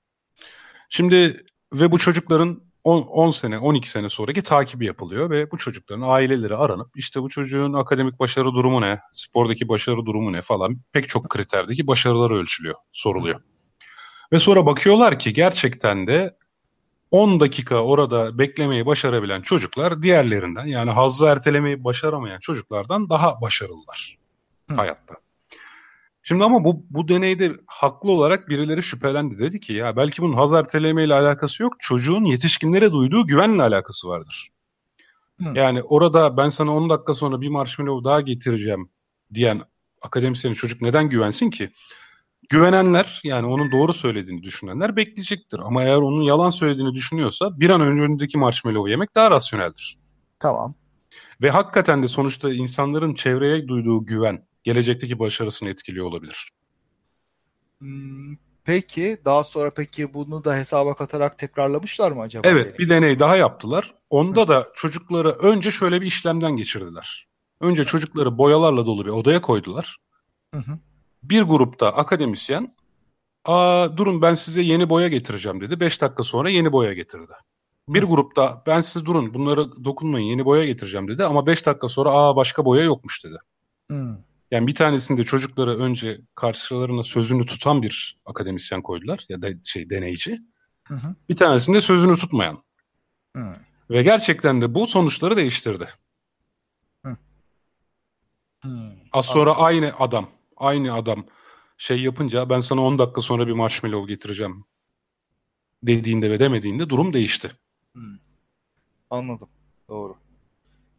Şimdi ve bu çocukların on, on sene on iki sene sonraki takibi yapılıyor ve bu çocukların aileleri aranıp işte bu çocuğun akademik başarı durumu ne, spordaki başarı durumu ne falan pek çok kriterdeki başarıları ölçülüyor, soruluyor. Ve sonra bakıyorlar ki gerçekten de on dakika orada beklemeyi başarabilen çocuklar diğerlerinden, yani hazzı ertelemeyi başaramayan çocuklardan daha başarılılar Hı. hayatta. Şimdi ama bu, bu deneyde haklı olarak birileri şüphelendi. Dedi ki ya belki bunun haz erteleme ile alakası yok. Çocuğun yetişkinlere duyduğu güvenle alakası vardır. Hı. Yani orada ben sana on dakika sonra bir marshmallow daha getireceğim diyen akademisyenin çocuk neden güvensin ki? Güvenenler, yani onun doğru söylediğini düşünenler bekleyecektir. Ama eğer onun yalan söylediğini düşünüyorsa bir an önce önündeki marshmallow yemek daha rasyoneldir. Tamam. Ve hakikaten de sonuçta insanların çevreye duyduğu güven gelecekteki başarısını etkiliyor olabilir. Hmm, peki daha sonra peki bunu da hesaba katarak tekrarlamışlar mı acaba Evet, deney? bir deney daha yaptılar. Hı, Onda da çocukları önce şöyle bir işlemden geçirdiler. Önce çocukları boyalarla dolu bir odaya koydular. hı, hı, Bir grupta akademisyen, aa durun ben size yeni boya getireceğim dedi. Beş dakika sonra yeni boya getirdi. Bir hı, grupta ben size durun bunlara dokunmayın yeni boya getireceğim dedi. Ama beş dakika sonra aa başka boya yokmuş dedi. hı, Yani bir tanesinde çocukları önce karşılarına sözünü tutan bir akademisyen koydular ya da şey deneyici. hı, hı, Bir tanesinde sözünü tutmayan. hı, Ve gerçekten de bu sonuçları değiştirdi. hı, hı. Az sonra Anladım. aynı adam, aynı adam şey yapınca ben sana on dakika sonra bir marshmallow getireceğim dediğinde ve demediğinde durum değişti. Hı, anladım. Doğru.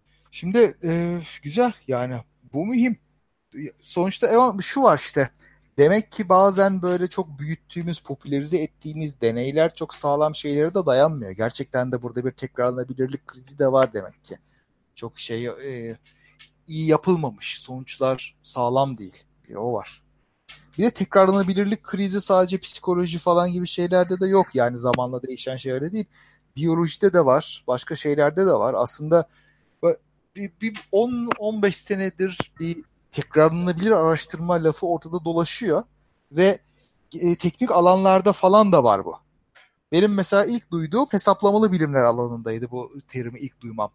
Şimdi e, güzel yani bu mühim. Sonuçta evet, şu var işte. Demek ki bazen böyle çok büyüttüğümüz, popülerize ettiğimiz deneyler çok sağlam şeylere de dayanmıyor. Gerçekten de burada bir tekrarlanabilirlik krizi de var demek ki. Çok şey e, iyi yapılmamış. Sonuçlar sağlam değil. Bir o var. Bir de tekrarlanabilirlik krizi sadece psikoloji falan gibi şeylerde de yok. Yani zamanla değişen şeylerde değil. Biyolojide de var. Başka şeylerde de var. Aslında bir, bir on on beş senedir bir tekrarlanabilir araştırma lafı ortada dolaşıyor. Ve e, teknik alanlarda falan da var bu. Benim mesela ilk duyduğum hesaplamalı bilimler alanındaydı bu terimi ilk duymam.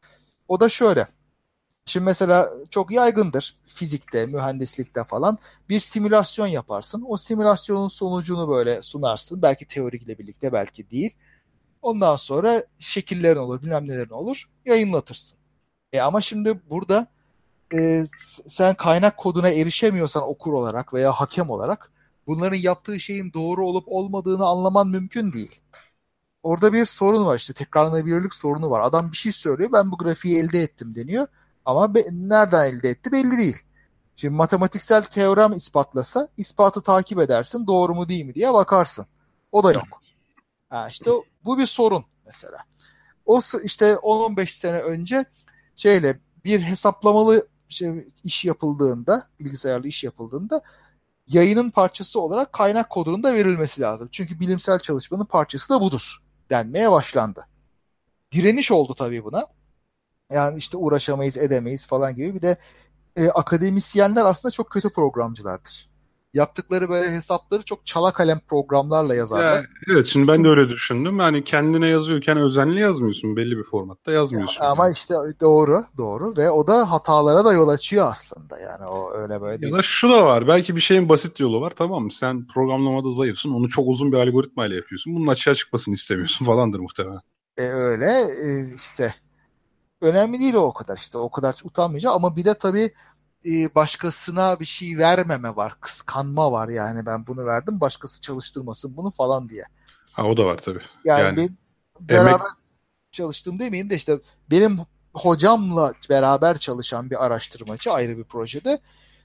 O da şöyle. Şimdi mesela çok yaygındır fizikte, mühendislikte falan bir simülasyon yaparsın. O simülasyonun sonucunu böyle sunarsın. Belki teoriyle birlikte, belki değil. Ondan sonra şekillerin olur, bilmem nelerin olur, yayınlatırsın. E ama şimdi burada e, sen kaynak koduna erişemiyorsan okur olarak veya hakem olarak bunların yaptığı şeyin doğru olup olmadığını anlaman mümkün değil. Orada bir sorun var, işte tekrarlanabilirlik sorunu var. Adam bir şey söylüyor, ben bu grafiği elde ettim deniyor ama be, nereden elde etti belli değil. Şimdi matematiksel teorem ispatlasa ispatı takip edersin, doğru mu değil mi diye bakarsın. O da yok. Ha işte bu bir sorun mesela. O işte on on beş sene önce şeyle bir hesaplamalı şey, iş yapıldığında, bilgisayarlı iş yapıldığında yayının parçası olarak kaynak kodunun da verilmesi lazım. Çünkü bilimsel çalışmanın parçası da budur denmeye başlandı. Direniş oldu tabii buna. Yani işte uğraşamayız, edemeyiz falan gibi. Bir de e, akademisyenler aslında çok kötü programcılardır. Yaptıkları böyle hesapları çok çala kalem programlarla yazarlar. Ya evet, şimdi ben de öyle düşündüm. Yani kendine yazıyorken özenli yazmıyorsun. Belli bir formatta yazmıyorsun Ama yani. işte doğru, doğru ve o da hatalara da yol açıyor aslında. Yani o öyle böyle Ya değil. da şu da var. Belki bir şeyin basit yolu var, tamam mı? Sen programlamada zayıfsın. Onu çok uzun bir algoritmayla yapıyorsun. Bunun açığa çıkmasını istemiyorsun falandır muhtemelen. E, öyle e, işte önemli değil o kadar işte o kadar utanmayacağım ama bir de tabii e, başkasına bir şey vermeme var, kıskanma var, yani ben bunu verdim başkası çalıştırmasın bunu falan diye. Ha, o da var tabii. Yani Yani benim emek. beraber çalıştığım demeyeyim de işte benim hocamla beraber çalışan bir araştırmacı ayrı bir projede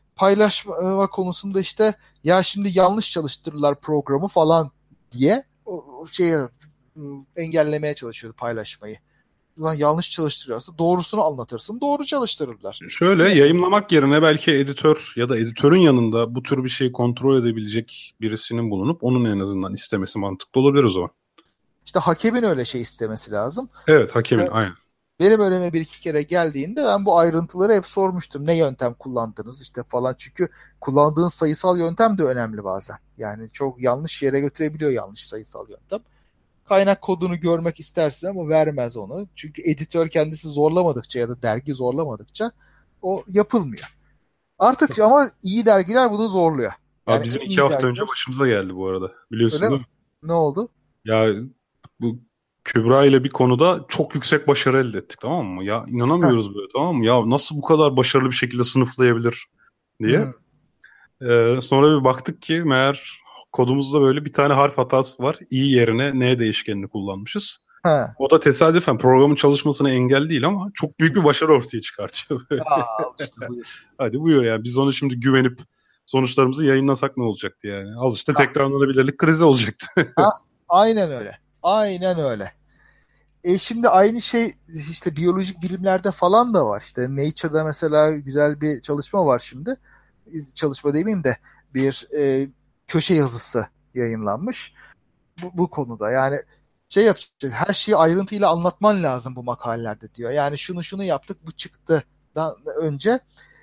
paylaşma konusunda işte ya şimdi yanlış çalıştırırlar programı falan diye o, o şeyi ıı, engellemeye çalışıyordu paylaşmayı. Ulan yanlış çalıştırıyorsa doğrusunu anlatırsın, doğru çalıştırırlar. Şöyle Ne? yayımlamak yerine belki editör ya da editörün yanında bu tür bir şeyi kontrol edebilecek birisinin bulunup onun en azından istemesi mantıklı olabilir o zaman. İşte hakemin öyle şey istemesi lazım. Evet, hakemin aynen. Benim önüme bir iki kere geldiğinde ben bu ayrıntıları hep sormuştum. Ne yöntem kullandınız işte falan. Çünkü kullandığın sayısal yöntem de önemli bazen. Yani çok yanlış yere götürebiliyor yanlış sayısal yöntem. Kaynak kodunu görmek istersin ama vermez onu. Çünkü editör kendisi zorlamadıkça ya da dergi zorlamadıkça o yapılmıyor. Artık ama iyi dergiler bunu zorluyor. Abi Yani bizim en iki iyi hafta önce dergiler başımıza geldi bu arada. öyle Biliyorsun mi? değil mi? Ne oldu? Ya bu Kübra ile bir konuda çok yüksek başarı elde ettik, tamam mı? Ya Heh. inanamıyoruz böyle, tamam mı? Ya nasıl bu kadar başarılı bir şekilde sınıflayabilir diye. Hı. Ee, sonra bir baktık ki meğer kodumuzda böyle bir tane harf hatası var. İ yerine N değişkenini kullanmışız. Ha. O da tesadüfen programın çalışmasına engel değil ama çok büyük bir başarı ortaya çıkartıyor. Aa, işte buyur. Hadi buyur yani, biz onu şimdi güvenip sonuçlarımızı yayınlasak ne olacaktı yani? Al işte, Ha. tekrarlanabilirlik krizi olacaktı. Ha. Aynen öyle. Aynen öyle. E şimdi aynı şey işte biyolojik bilimlerde falan da var. İşte Nature'da mesela güzel bir çalışma var şimdi. E, Çalışma demeyeyim de bir e, köşe yazısı yayınlanmış bu, bu konuda. Yani şey yapacak, her şeyi ayrıntıyla anlatman lazım bu makalelerde diyor. Yani şunu şunu yaptık, bu çıktı. Daha önce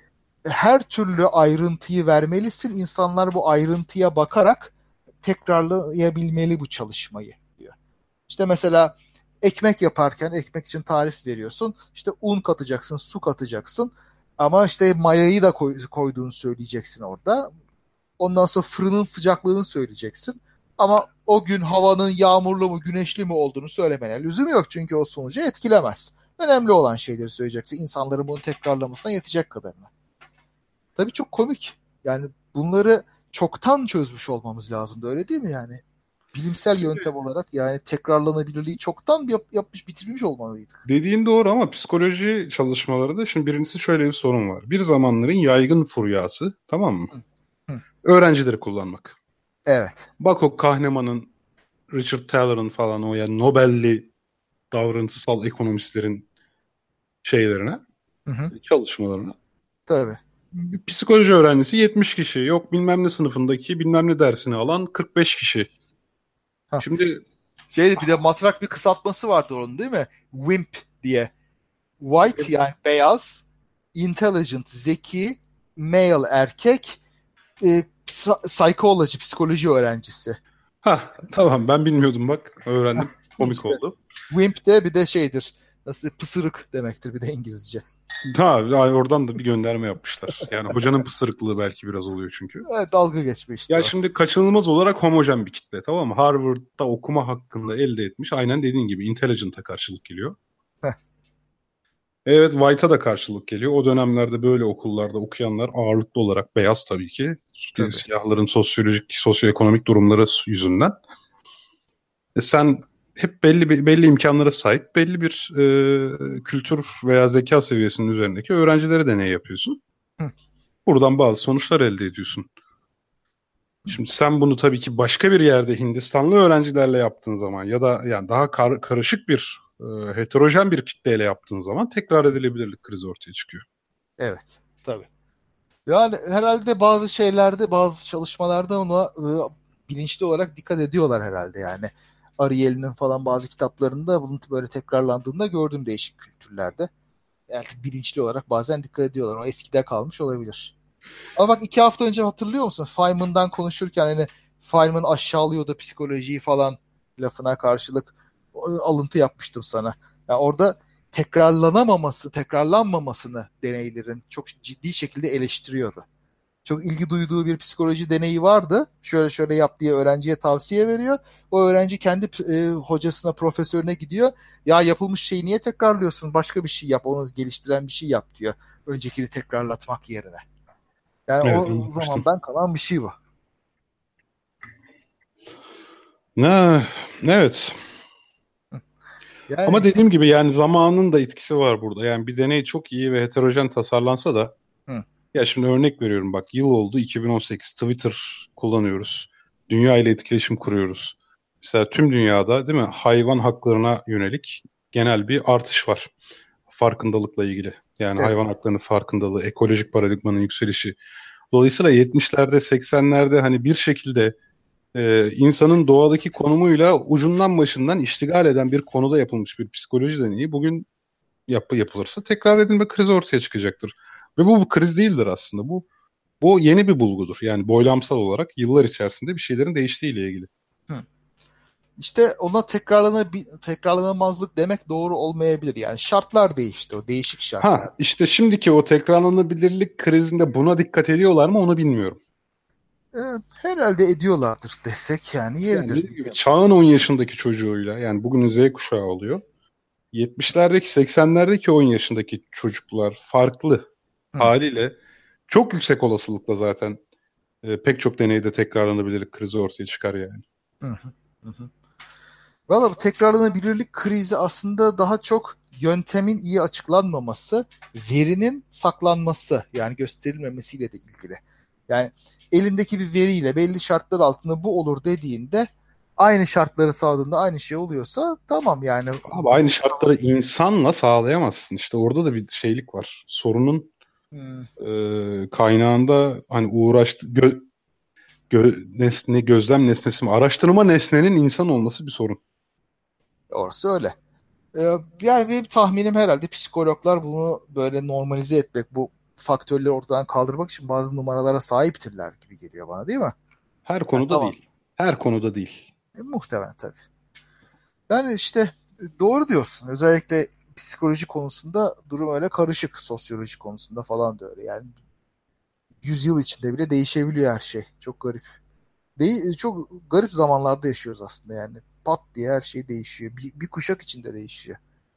her türlü ayrıntıyı vermelisin. İnsanlar bu ayrıntıya bakarak tekrarlayabilmeli bu çalışmayı diyor. İşte mesela ekmek yaparken ekmek için tarif veriyorsun. İşte un katacaksın, su katacaksın. Ama işte mayayı da koy, koyduğunu söyleyeceksin orada. Ondan sonra fırının sıcaklığını söyleyeceksin. Ama o gün havanın yağmurlu mu, güneşli mi olduğunu söylemene lüzum yok. Çünkü o sonucu etkilemez. Önemli olan şeyleri söyleyeceksin. İnsanların bunu tekrarlamasına yetecek kadarına. Tabii çok komik. Yani bunları çoktan çözmüş olmamız lazımdı. Öyle değil mi yani? Bilimsel yöntem olarak yani tekrarlanabilirliği çoktan yap, yapmış bitirmiş olmalıydık. Dediğin doğru ama psikoloji çalışmaları da, şimdi birincisi şöyle bir sorun var. Bir zamanların yaygın furyası, tamam mı? Hı, hı. öğrencileri kullanmak. Evet. Bak o Kahneman'ın, Richard Thaler'ın falan o yani Nobel'li davranışsal ekonomistlerin şeylerine, Hı hı. çalışmalarına. Tabii. Bir psikoloji öğrencisi yetmiş kişi. Yok bilmem ne sınıfındaki bilmem ne dersini alan kırk beş kişi. Ha. Şimdi Şey bir de matrak bir kısaltması vardı onun değil mi? WIMP diye. White yani beyaz, intelligent, zeki, male erkek, e, psychology, psikoloji öğrencisi. ha tamam ben bilmiyordum bak öğrendim. Komik İşte oldu. wimp de bir de şeydir. Nasıl pısırık demektir bir de İngilizce. Ha oradan da bir gönderme yapmışlar. Yani hocanın pısırıklığı belki biraz oluyor çünkü. Evet, dalga geçme işte Ya o. şimdi kaçınılmaz olarak homojen bir kitle tamam mı? Harvard'da okuma hakkında elde etmiş. Aynen dediğin gibi intelligent'a karşılık geliyor. Heh, Evet White'a da karşılık geliyor. O dönemlerde böyle okullarda okuyanlar ağırlıklı olarak beyaz tabii ki. tabii. Siyahların sosyolojik, sosyoekonomik durumları yüzünden. E sen hep belli belli imkanlara sahip, belli bir e, kültür veya zeka seviyesinin üzerindeki öğrencilere deney yapıyorsun. Hı, Buradan bazı sonuçlar elde ediyorsun. Şimdi sen bunu tabii ki başka bir yerde Hindistanlı öğrencilerle yaptığın zaman ya da yani daha kar, karışık bir e, heterojen bir kitleyle yaptığın zaman tekrar edilebilirlik krizi ortaya çıkıyor. evet. Tabii. Yani herhalde bazı şeylerde, bazı çalışmalarda ona e, bilinçli olarak dikkat ediyorlar herhalde yani. Ariel'in falan bazı kitaplarında bunun böyle tekrarlandığında gördüm değişik kültürlerde. Yani bilinçli olarak bazen dikkat ediyorlar. O eskide kalmış olabilir. Ama bak iki hafta önce hatırlıyor musun? Feynman'dan konuşurken hani Feynman aşağılıyordu psikolojiyi falan lafına karşılık alıntı yapmıştım sana. Yani orada tekrarlanamaması, tekrarlanmamasını deneylerin çok ciddi şekilde eleştiriyordu. Çok ilgi duyduğu bir psikoloji deneyi vardı. Şöyle şöyle yap diye öğrenciye tavsiye veriyor. O öğrenci kendi e, hocasına, profesörüne gidiyor. Ya yapılmış şeyi niye tekrarlıyorsun? Başka bir şey yap, onu geliştiren bir şey yap diyor. Öncekini tekrarlatmak yerine. Yani Evet o anlamıştım. zamandan kalan bir şey bu. Ne, evet. Yani Ama işte dediğim gibi yani zamanın da etkisi var burada. Yani bir deney çok iyi ve heterojen tasarlansa da hı, ya şimdi örnek veriyorum bak yıl oldu iki bin on sekiz Twitter kullanıyoruz. Dünya ile etkileşim kuruyoruz. Mesela tüm dünyada değil mi hayvan haklarına yönelik genel bir artış var. Farkındalıkla ilgili. Yani evet. hayvan haklarının farkındalığı, ekolojik paradigmanın yükselişi. Dolayısıyla yetmişlerde seksenlerde hani bir şekilde e, insanın doğadaki konumuyla ucundan başından iştigal eden bir konuda yapılmış bir psikoloji deneyi bugün yapı yapılırsa tekrar edilme krizi ortaya çıkacaktır. Ve bu, bu kriz değildir aslında. Bu bu yeni bir bulgudur. Yani boylamsal olarak yıllar içerisinde bir şeylerin değiştiğiyle ilgili. Hı. İşte ona tekrarlana, tekrarlanamazlık demek doğru olmayabilir. Yani şartlar değişti. O değişik şartlar. Ha işte şimdiki o tekrarlanabilirlik krizinde buna dikkat ediyorlar mı onu bilmiyorum. E, herhalde ediyorlardır desek yani Yani yeridir. dediğim gibi çağın on yaşındaki çocuğuyla yani bugünün Z kuşağı oluyor. yetmişlerdeki seksenlerdeki on yaşındaki çocuklar farklı Hı, haliyle çok yüksek olasılıkla zaten e, pek çok deneyde tekrarlanabilirlik krizi ortaya çıkar yani. hı, hı, hı. Hı. Valla bu tekrarlanabilirlik krizi aslında daha çok yöntemin iyi açıklanmaması, verinin saklanması yani gösterilmemesiyle de ilgili. Yani elindeki bir veriyle belli şartlar altında bu olur dediğinde aynı şartları sağladığında aynı şey oluyorsa tamam yani Abi aynı şartları insanla sağlayamazsın. İşte orada da bir şeylik var. Sorunun hmm, e, kaynağında hani uğraştı gö, gö, nesne gözlem nesnesi mi? Araştırma nesnenin insan olması bir sorun. orası öyle. Ee, yani benim tahminim herhalde psikologlar bunu böyle normalize etmek, bu faktörleri ortadan kaldırmak için bazı numaralara sahiptirler gibi geliyor bana değil mi? Her Ha, konuda tamam. değil. Her konuda değil. E, muhtemelen tabii. Yani işte e, doğru diyorsun. Özellikle psikoloji konusunda durum öyle karışık. Sosyoloji konusunda falan da öyle. Yani yüz yıl içinde bile değişebiliyor her şey. Çok garip. Değil, çok garip zamanlarda yaşıyoruz aslında yani. Pat diye her şey değişiyor. Bir, bir kuşak içinde değişiyor.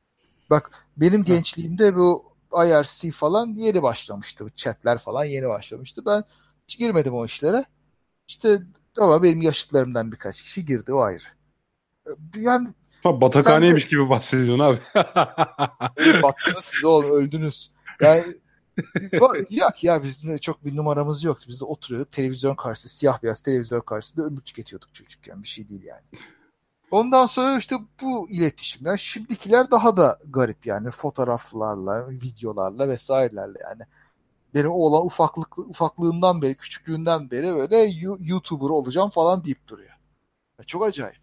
Bak benim Ha, gençliğimde bu I R C falan yeni başlamıştı. Bu chatler falan yeni başlamıştı. Ben hiç girmedim o işlere. İşte ama benim yaşıtlarımdan birkaç kişi girdi o ayrı. Yani ha, sen de batakhaneymiş gibi bahsediyorsun abi. battınız siz oğlum öldünüz. Yani Yok ya, bizim çok bir numaramız yoktu. Biz de oturuyorduk televizyon karşısında, siyah beyaz televizyon karşısında ömür tüketiyorduk çocukken, bir şey değil yani. Ondan sonra işte bu iletişimler, şimdikiler daha da garip yani, fotoğraflarla, videolarla vesairelerle yani. Benim oğlan ufaklık, ufaklığından beri, küçüklüğünden beri böyle YouTuber olacağım falan deyip duruyor. Ya çok acayip.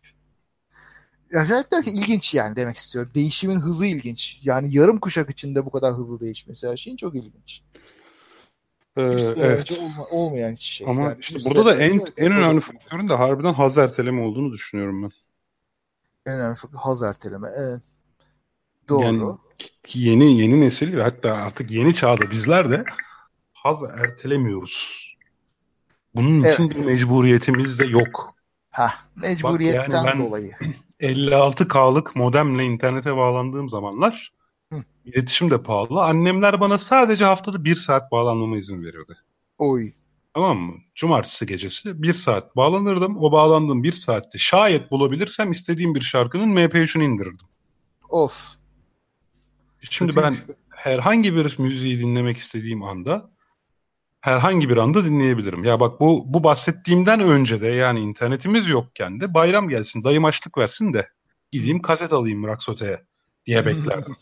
Acayip derken ilginç yani, demek istiyorum. Değişimin hızı ilginç. Yani yarım kuşak içinde bu kadar hızlı değişmesi her şeyin çok ilginç. Ee, yüz sene önce evet. olma, olmayan şey. Ama Yani işte yüz burada sene da önce en evet, en evet, önemli babasıydı. faktörün de harbiden haz erteleme olduğunu düşünüyorum ben. En önemli faktör haz erteleme. Evet, Yani doğru. yeni yeni nesil ve hatta artık yeni çağda bizler de haz ertelemiyoruz. Bunun için Evet. bir mecburiyetimiz de yok. Ha, Bak yani mecburiyetten ben dolayı. elli altı kalık modemle internete bağlandığım zamanlar Hı, iletişim de pahalı. Annemler bana sadece haftada bir saat bağlanmama izin veriyordu. oy. Tamam mı? Cumartesi gecesi bir saat bağlanırdım. O bağlandığım bir saatte şayet bulabilirsem istediğim bir şarkının M P üçünü indirirdim. Of. Şimdi Kötüymüş. ben herhangi bir müziği dinlemek istediğim anda herhangi bir anda dinleyebilirim. Ya bak bu bu bahsettiğimden önce de yani internetimiz yokken de bayram gelsin, dayım açlık versin de Hı. gideyim kaset alayım Raksote'ye diye beklerdim.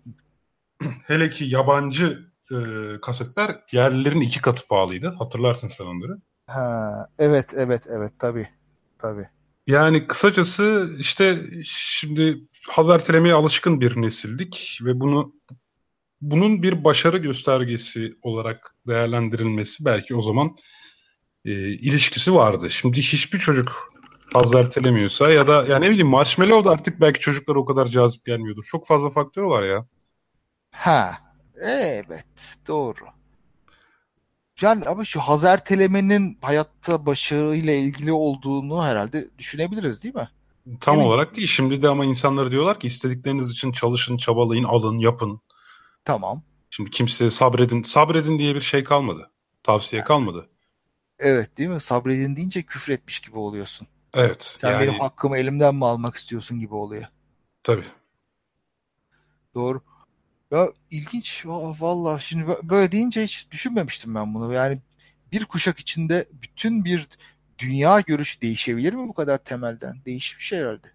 Hele ki yabancı e, kasetler yerlilerin iki katı pahalıydı. Hatırlarsın sen onları. Ha, evet, evet, evet, tabii. Tabii. Yani kısacası işte şimdi haz ertelemeye alışkın bir nesildik ve bunu bunun bir başarı göstergesi olarak değerlendirilmesi belki o zaman e, ilişkisi vardı. Şimdi hiçbir çocuk haz ertelemiyorsa ya da ya ne bileyim Marshmallow da artık belki çocuklara o kadar cazip gelmiyordur. Çok fazla faktör var ya. Ha, evet, doğru. Yani ama şu haz ertelemenin hayatta başarıyla ilgili olduğunu herhalde düşünebiliriz, değil mi? Tam Emin olarak değilim. değil. Şimdi de ama insanlar diyorlar ki istedikleriniz için çalışın, çabalayın, alın, yapın. Tamam. Şimdi kimseye sabredin, sabredin diye bir şey kalmadı. Tavsiye kalmadı. Evet, değil mi? Sabredin deyince küfretmiş gibi oluyorsun. Evet, Sen benim yani hakkımı elimden mi almak istiyorsun gibi oluyor. tabii. Doğru. Ya ilginç. Va- Vallahi şimdi bö- böyle deyince hiç düşünmemiştim ben bunu. Yani bir kuşak içinde bütün bir dünya görüşü değişebilir mi bu kadar temelden? Değişmiş herhalde.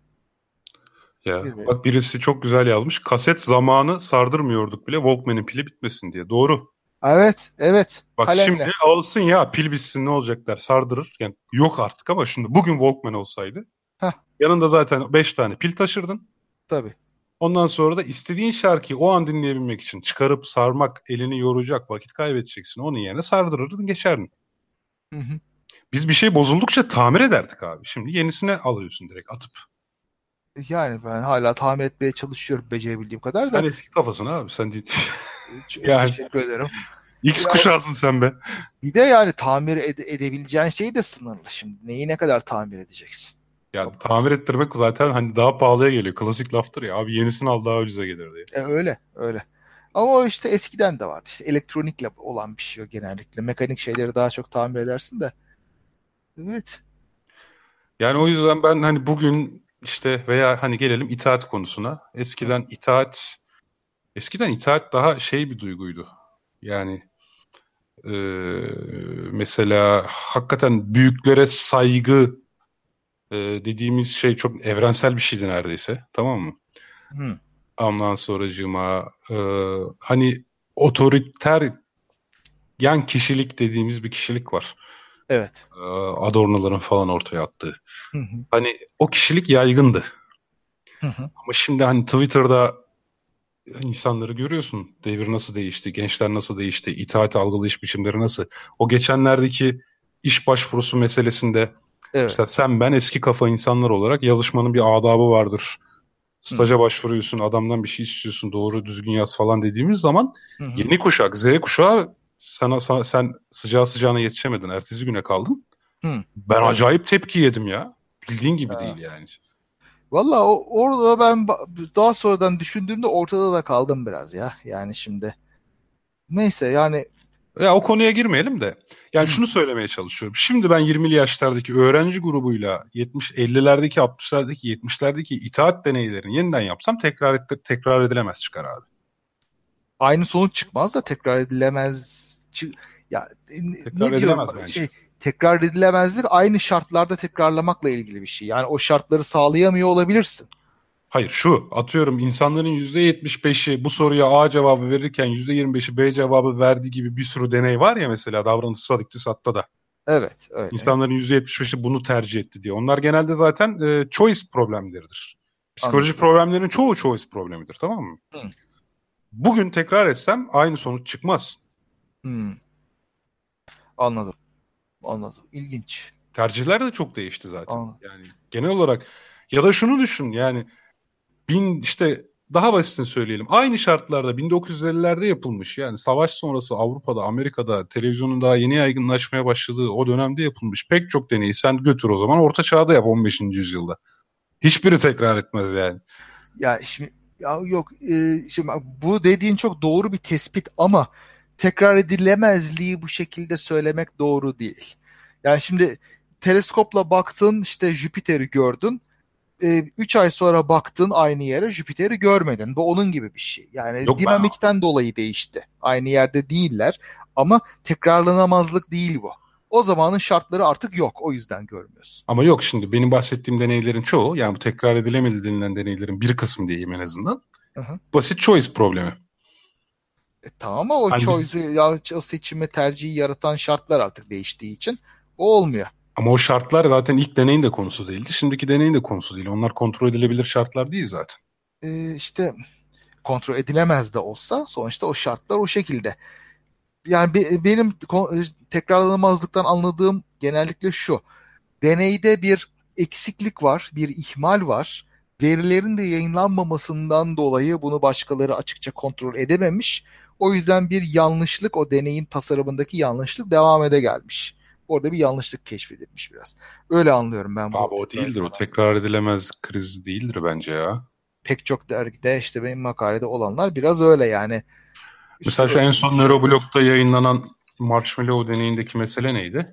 Ya Evet. bak birisi çok güzel yazmış. Kaset zamanı sardırmıyorduk bile Walkman'in pili bitmesin diye. Doğru. Evet, evet. Bak şimdi Kalemle. alsın ya pil bitsin ne olacak der sardırır. Yani yok artık ama şimdi bugün Walkman olsaydı Heh, yanında zaten beş tane pil taşırdın. tabii. Ondan sonra da istediğin şarkıyı o an dinleyebilmek için çıkarıp sarmak elini yoracak vakit kaybedeceksin. Onun yerine sardırırdın geçerdin. Hı hı. Biz bir şey bozuldukça tamir ederdik abi. Şimdi yenisine alıyorsun direkt atıp. Yani ben hala tamir etmeye çalışıyorum becerebildiğim kadar Sen da. eski kafasın abi. Sen değil. Ç- Yani teşekkür ederim. X Ya, kuşağısın sen be. bir de yani tamir ede- edebileceğin şey de sınırlı şimdi. Neyi ne kadar tamir edeceksin? O Ya da var. tamir ettirmek zaten hani daha pahalıya geliyor. Klasik laftır ya. Abi yenisini al daha ucuza gelir diye. E, öyle, öyle. Ama o işte eskiden de vardı. İşte elektronikle olan bir şey o genellikle. Mekanik şeyleri daha çok tamir edersin de. Evet. Yani o Hı, yüzden ben hani bugün işte veya hani gelelim itaat konusuna. hı, Eskiden itaat eskiden itaat daha şey bir duyguydu. Yani eee, mesela hakikaten büyüklere saygı e, dediğimiz şey çok evrensel bir şeydi neredeyse. Tamam mı? hı. Ondan sonracığıma e, hani otoriter yan kişilik dediğimiz bir kişilik var. Evet. E, Adorno'ların falan ortaya attığı. Hı hı, Hani o kişilik yaygındı. hı hı. Ama şimdi hani Twitter'da insanları görüyorsun. Devir nasıl değişti, gençler nasıl değişti, itaat algılayış biçimleri nasıl. O geçenlerdeki iş başvurusu meselesinde mesela Evet. sen ben eski kafa insanlar olarak yazışmanın bir adabı vardır. Hı, Staja başvuruyorsun, adamdan bir şey istiyorsun, doğru düzgün yaz falan dediğimiz zaman hı hı. yeni kuşak, Z kuşağı sana, sana- sen sıcağı sıcağına yetişemedin. Ertesi güne kaldın. Hı. Ben Evet. acayip tepki yedim ya. Bildiğin gibi değil Ha. yani. Valla o- orada ben ba- daha sonradan düşündüğümde ortada da kaldım biraz ya. Yani şimdi. Neyse yani. Ya o konuya girmeyelim de. Yani Hı. şunu söylemeye çalışıyorum. Şimdi ben yirmili yaşlardaki öğrenci grubuyla yetmiş ellilerdeki, altmışlardaki, yetmişlerdeki itaat deneylerini yeniden yapsam tekrar ettir, tekrar edilemez çıkar abi. aynı sonuç çıkmaz da tekrar edilemez. Çı- ya ne, Tekrar ne diyorum edilemez ben? bence. Şey, tekrar edilemezlik aynı şartlarda tekrarlamakla ilgili bir şey. Yani o şartları sağlayamıyor olabilirsin. Hayır şu atıyorum insanların yüzde yetmiş beşi bu soruya A cevabı verirken yüzde yirmi beşi B cevabı verdiği gibi bir sürü deney var ya mesela davranışsal iktisatta da. Evet, öyle. İnsanların yüzde yetmiş beşi bunu tercih etti diye. Onlar genelde zaten e, choice problemleridir. Psikoloji Anladım. problemlerinin çoğu choice problemidir, tamam mı? Hı. Bugün tekrar etsem aynı sonuç çıkmaz. Hmm, anladım. Anladım. İlginç. Tercihler de çok değişti zaten. Anladım. Yani genel olarak ya da şunu düşün yani bin işte daha basitini söyleyelim. Aynı şartlarda bin dokuz yüz ellilerde yapılmış yani savaş sonrası Avrupa'da, Amerika'da televizyonun daha yeni yaygınlaşmaya başladığı o dönemde yapılmış pek çok deneyi sen götür o zaman Orta Çağ'da yap on beşinci yüzyılda. Hiçbiri tekrar etmez yani. Ya şimdi ya yok e, şimdi bu dediğin çok doğru bir tespit ama tekrar edilemezliği bu şekilde söylemek doğru değil. Yani şimdi teleskopla baktın işte Jüpiter'i gördün. Üç ay sonra baktın aynı yere Jüpiter'i görmedin. Bu onun gibi bir şey. Yani Yok ben dinamikten dolayı değişti. Aynı yerde değiller ama tekrarlanamazlık değil bu. O zamanın şartları artık yok. O yüzden görmüyorsun. ama yok şimdi benim bahsettiğim deneylerin çoğu yani bu tekrar edilemedi denilen deneylerin bir kısmı diyeyim en azından. Hı hı. Basit choice problemi. E, tamam ama o Hani biz, choice'u ya o seçimi tercihi yaratan şartlar artık değiştiği için o olmuyor. ama o şartlar zaten ilk deneyin de konusu değildi. Şimdiki deneyin de konusu değil. Onlar kontrol edilebilir şartlar değil zaten. E, işte kontrol edilemez de olsa sonuçta o şartlar o şekilde. Yani be- benim ko- e, tekrarlanamazlıktan anladığım genellikle şu. Deneyde bir eksiklik var, bir ihmal var. Verilerin de yayınlanmamasından dolayı bunu başkaları açıkça kontrol edememiş. O yüzden bir yanlışlık, o deneyin tasarımındaki yanlışlık devam ede gelmiş. Orada bir yanlışlık keşfedilmiş biraz. Öyle anlıyorum ben bu Abi o tekrar değildir. O edilemez. tekrar edilemez kriz değildir bence ya. Pek çok dergide işte benim makalede olanlar biraz öyle yani. İşte Mesela şu en öyle bir son şeydir. Neuroblog'da yayınlanan Marshmallow deneyindeki mesele neydi?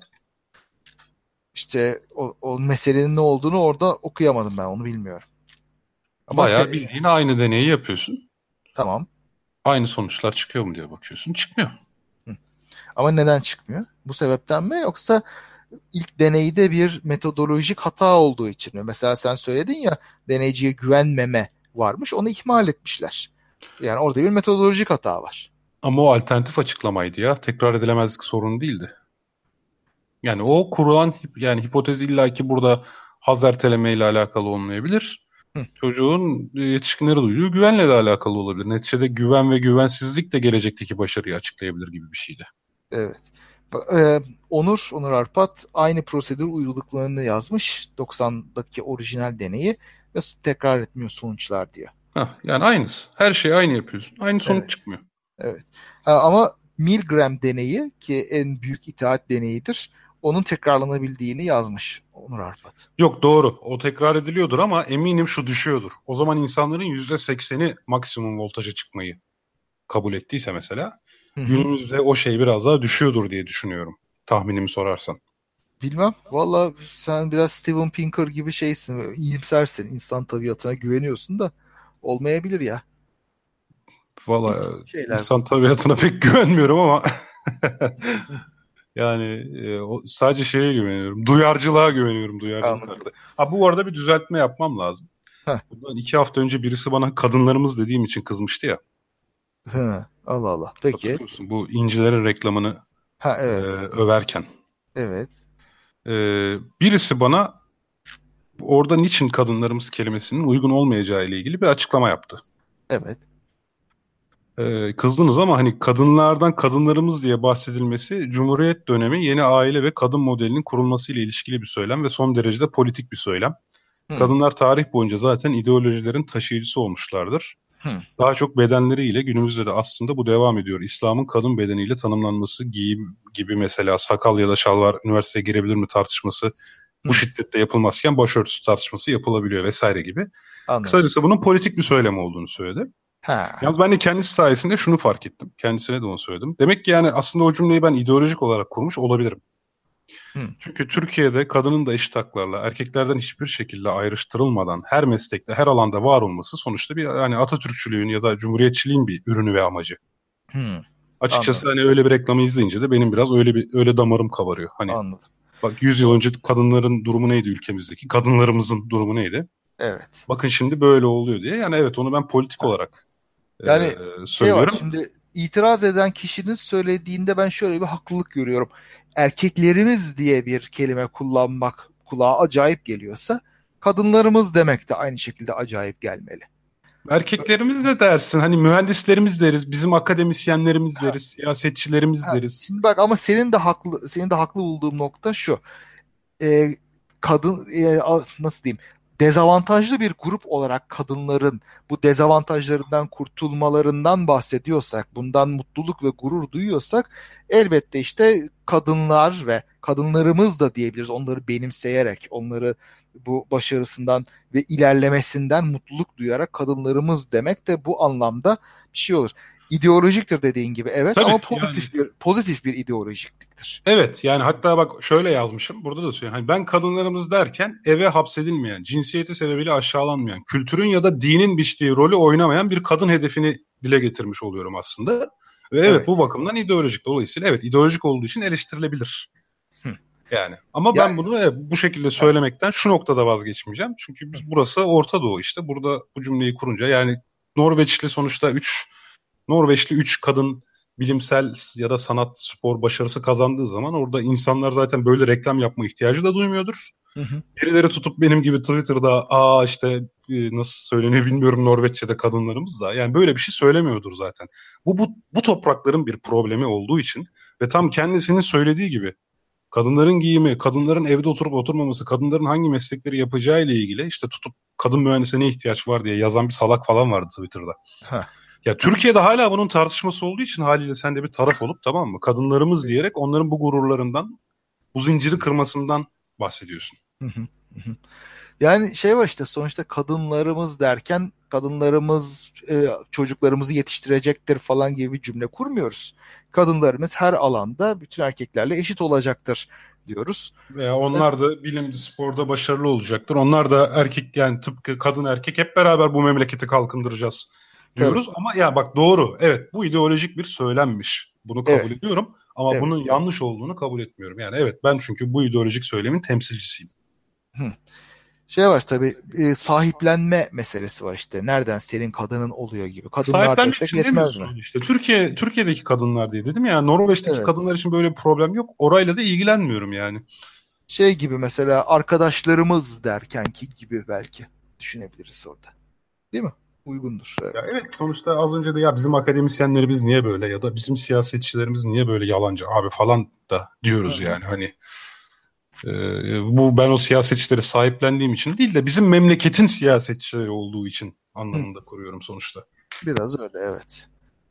İşte o, o meselenin ne olduğunu orada okuyamadım ben onu bilmiyorum. Ama Bayağı te- bildiğin aynı deneyi yapıyorsun. tamam. Aynı sonuçlar çıkıyor mu diye bakıyorsun. Çıkmıyor. Hı. Ama neden çıkmıyor? Bu sebepten mi yoksa ilk deneyde bir metodolojik hata olduğu için mi? Mesela sen söyledin ya deneyciye güvenmeme varmış onu ihmal etmişler. Yani orada bir metodolojik hata var. Ama o alternatif açıklamaydı ya. Tekrar edilemezlik sorunu değildi. Yani o kurulan hip- yani hipotez illaki burada haz erteleme ile alakalı olmayabilir. Hı, Çocuğun e, yetişkinlere duyduğu güvenle de alakalı olabilir. Neticede güven ve güvensizlik de gelecekteki başarıyı açıklayabilir gibi bir şeydi. evet. Ba- e, Onur, Onur Arpat aynı prosedür uyguladıklarını yazmış doksandaki orijinal deneyi ve tekrar etmiyor sonuçlar diyor. Hah, yani aynısı. Her şeyi aynı yapıyorsun. Aynı sonuç Evet. çıkmıyor. Evet. Ha, ama Milgram deneyi ki en büyük itaat deneyidir. Onun tekrarlanabildiğini yazmış Onur Arpat. Yok doğru. O tekrar ediliyordur ama eminim şu düşüyordur. O zaman insanların yüzde sekseni maksimum voltaja çıkmayı kabul ettiyse mesela Hı hı. günümüzde o şey biraz daha düşüyordur diye düşünüyorum. Tahminimi sorarsan. Bilmem. Valla sen biraz Steven Pinker gibi şeysin. Böyle İyimsersin. İnsan tabiatına güveniyorsun da olmayabilir ya. Valla İlginç şeyler insan bunlar. tabiatına pek güvenmiyorum ama yani e, o, sadece şeye güveniyorum. Duyarcılığa güveniyorum. Duyarcılık Anladım. arttı. Ha bu arada bir düzeltme yapmam lazım. Heh. Bundan iki hafta önce birisi bana kadınlarımız dediğim için kızmıştı ya. Hı. Allah Allah. Peki. Hatırlıyor musun? Bu incilerin reklamını Ha e, evet. överken. Evet. E, birisi bana orada niçin kadınlarımız kelimesinin uygun olmayacağı ile ilgili bir açıklama yaptı. Evet. E, kızdınız ama hani kadınlardan kadınlarımız diye bahsedilmesi Cumhuriyet dönemi yeni aile ve kadın modelinin kurulması ile ilişkili bir söylem ve son derecede politik bir söylem. Hı. Kadınlar tarih boyunca zaten ideolojilerin taşıyıcısı olmuşlardır. Hı. Daha çok bedenleriyle günümüzde de aslında bu devam ediyor. İslam'ın kadın bedeniyle tanımlanması, giyim gibi mesela sakal ya da şalvar üniversiteye girebilir mi tartışması bu Hı. şiddette yapılmazken başörtüsü tartışması yapılabiliyor vesaire gibi. Anladım. Kısacası bunun politik bir söylem olduğunu söyledi. Ha. Yalnız ben de kendisi sayesinde şunu fark ettim. Kendisine de onu söyledim. Demek ki yani aslında o cümleyi ben ideolojik olarak kurmuş olabilirim. Hı. Çünkü Türkiye'de kadının da eşit haklarla erkeklerden hiçbir şekilde ayrıştırılmadan her meslekte, her alanda var olması sonuçta bir yani Atatürkçülüğün ya da Cumhuriyetçiliğin bir ürünü ve amacı. Hmm, Açıkçası anladım. hani öyle bir reklamı izleyince de benim biraz öyle bir öyle damarım kabarıyor. Hani Anladım. bak yüz yıl önce kadınların durumu neydi ülkemizdeki? Kadınlarımızın durumu neydi? Evet. Bakın şimdi böyle oluyor diye. Yani evet onu ben politik Ha. olarak e, Yani şey var, söylüyorum. şimdi itiraz eden kişinin söylediğinde ben şöyle bir haklılık görüyorum. Erkeklerimiz diye bir kelime kullanmak kulağa acayip geliyorsa kadınlarımız demek de aynı şekilde acayip gelmeli. Erkeklerimiz de dersin. Hani mühendislerimiz deriz, bizim akademisyenlerimiz Ha, deriz, siyasetçilerimiz ha. deriz. Şimdi bak, ama senin de haklı senin de haklı bulduğum nokta şu. e, kadın e, a- nasıl diyeyim, dezavantajlı bir grup olarak kadınların bu dezavantajlarından kurtulmalarından bahsediyorsak, bundan mutluluk ve gurur duyuyorsak, elbette işte kadınlar ve kadınlarımız da diyebiliriz. Onları benimseyerek, onları bu başarısından ve ilerlemesinden mutluluk duyarak kadınlarımız demek de bu anlamda bir şey olur. İdeolojiktir dediğin gibi, evet, Tabii ama yani pozitif bir pozitif bir ideolojikliktir. evet yani hatta bak şöyle yazmışım. Burada da söylüyorum. Hani ben kadınlarımız derken eve hapsedilmeyen, cinsiyeti sebebiyle aşağılanmayan, kültürün ya da dinin biçtiği rolü oynamayan bir kadın hedefini dile getirmiş oluyorum aslında. Ve evet Evet. bu bakımdan ideolojik. Dolayısıyla evet ideolojik olduğu için eleştirilebilir. Hı. Yani ama Ya, ben bunu evet, bu şekilde ha, söylemekten şu noktada vazgeçmeyeceğim. Çünkü biz burası Orta Doğu işte. Burada bu cümleyi kurunca yani Norveçli sonuçta üç Norveçli üç kadın bilimsel ya da sanat, spor başarısı kazandığı zaman orada insanlar zaten böyle reklam yapma ihtiyacı da duymuyordur. hı hı. Birileri tutup benim gibi Twitter'da aa işte e, nasıl söyleniyor bilmiyorum Norveççe'de kadınlarımız da yani böyle bir şey söylemiyordur zaten. Bu, bu, bu toprakların bir problemi olduğu için ve tam kendisinin söylediği gibi kadınların giyimi, kadınların evde oturup oturmaması, kadınların hangi meslekleri yapacağı ile ilgili işte tutup kadın mühendisine ne ihtiyaç var diye yazan bir salak falan vardı Twitter'da. Ha. Ya Türkiye'de hala bunun tartışması olduğu için haliyle sen de bir taraf olup tamam mı? Kadınlarımız diyerek onların bu gururlarından, bu zinciri kırmasından bahsediyorsun. Hı hı, hı hı. Yani şey var işte, sonuçta kadınlarımız derken kadınlarımız e, çocuklarımızı yetiştirecektir falan gibi bir cümle kurmuyoruz. Kadınlarımız her alanda bütün erkeklerle eşit olacaktır diyoruz. Veya Ve onlar da bilimde, sporda başarılı olacaktır. Onlar da erkek yani tıpkı kadın erkek hep beraber bu memleketi kalkındıracağız tabii, diyoruz. Ama ya bak doğru. Evet bu ideolojik bir söylemmiş. Bunu kabul evet, ediyorum. Ama evet. bunun yanlış olduğunu kabul etmiyorum. Yani evet ben çünkü bu ideolojik söylemin temsilcisiyim. Hı. Şey var tabii, e, sahiplenme meselesi var işte. Nereden senin kadının oluyor gibi. Kadınlar Sahiplenmek desek için yetmez demiyorsun mi? onu işte. Türkiye Türkiye'deki kadınlar diye dedim ya. Norveç'teki Evet. kadınlar için böyle bir problem yok. Orayla da ilgilenmiyorum yani. Şey gibi, mesela arkadaşlarımız derkenki gibi belki düşünebiliriz orada. Değil mi? Uygundur. Evet. Ya evet sonuçta az önce de ya bizim akademisyenlerimiz niye böyle ya da bizim siyasetçilerimiz niye böyle yalancı abi falan da Hı diyoruz hı. yani hani e, bu ben o siyasetçileri sahiplendiğim için değil de bizim memleketin siyasetçileri olduğu için Hı. anlamında kuruyorum sonuçta. Biraz öyle, evet.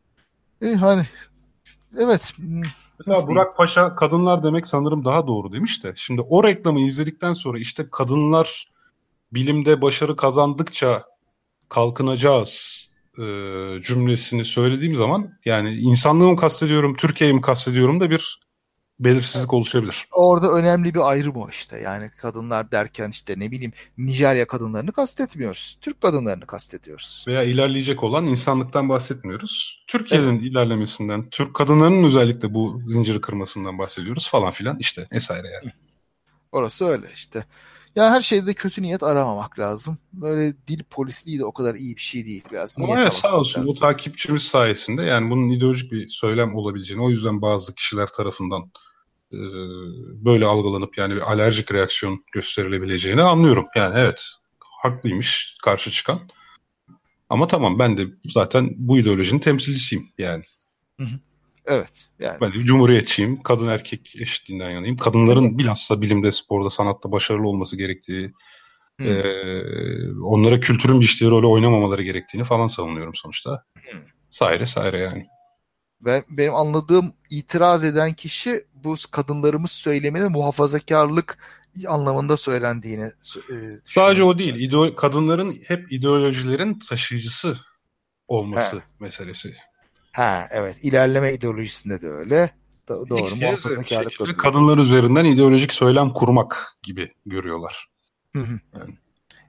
E, hani evet, hmm, Mesela nasıl diyeyim? Burak Paşa kadınlar demek sanırım daha doğru demiş de şimdi o reklamı izledikten sonra işte kadınlar bilimde başarı kazandıkça kalkınacağız e, cümlesini söylediğim zaman yani insanlığı mı kastediyorum, Türkiye'yi mi kastediyorum da bir belirsizlik oluşabilir. Orada önemli bir ayrım o işte. Yani kadınlar derken işte ne bileyim, Nijerya kadınlarını kastetmiyoruz. Türk kadınlarını kastediyoruz. Veya ilerleyecek olan insanlıktan bahsetmiyoruz. Evet. Türkiye'nin ilerlemesinden, Türk kadınlarının özellikle bu zinciri kırmasından bahsediyoruz falan filan işte vesaire yani. Orası öyle işte. Yani her şeyde kötü niyet aramamak lazım. Böyle dil polisliği de o kadar iyi bir şey değil. Biraz Ama niyet evet sağ almak olsun o lazım. takipçimiz sayesinde yani bunun ideolojik bir söylem olabileceğini o yüzden bazı kişiler tarafından e, böyle algılanıp yani bir alerjik reaksiyon gösterilebileceğini anlıyorum. Yani evet haklıymış karşı çıkan. Ama tamam ben de zaten bu ideolojinin temsilcisiyim yani. Hı hı. Evet. Yani. Ben de bir cumhuriyetçiyim. Kadın erkek eşitliğinden yanayım. Evet. Kadınların bilhassa bilimde, sporda, sanatta başarılı olması gerektiği, e, Hı. onlara kültürün biçtiği rolü oynamamaları gerektiğini falan savunuyorum sonuçta. Hı. Saire saire yani. Ve benim anladığım, itiraz eden kişi bu kadınlarımız söyleminin muhafazakarlık anlamında söylendiğini e, Sadece düşünüyor. o değil. ideo- kadınların hep ideolojilerin taşıyıcısı olması Ha, meselesi. ha, evet. İlerleme ideolojisinde de öyle. Do- doğru. X, Y, Z bir Muhafazakarlıkta şekilde da öyle. kadınlar üzerinden ideolojik söylem kurmak gibi görüyorlar. Hı hı. Yani.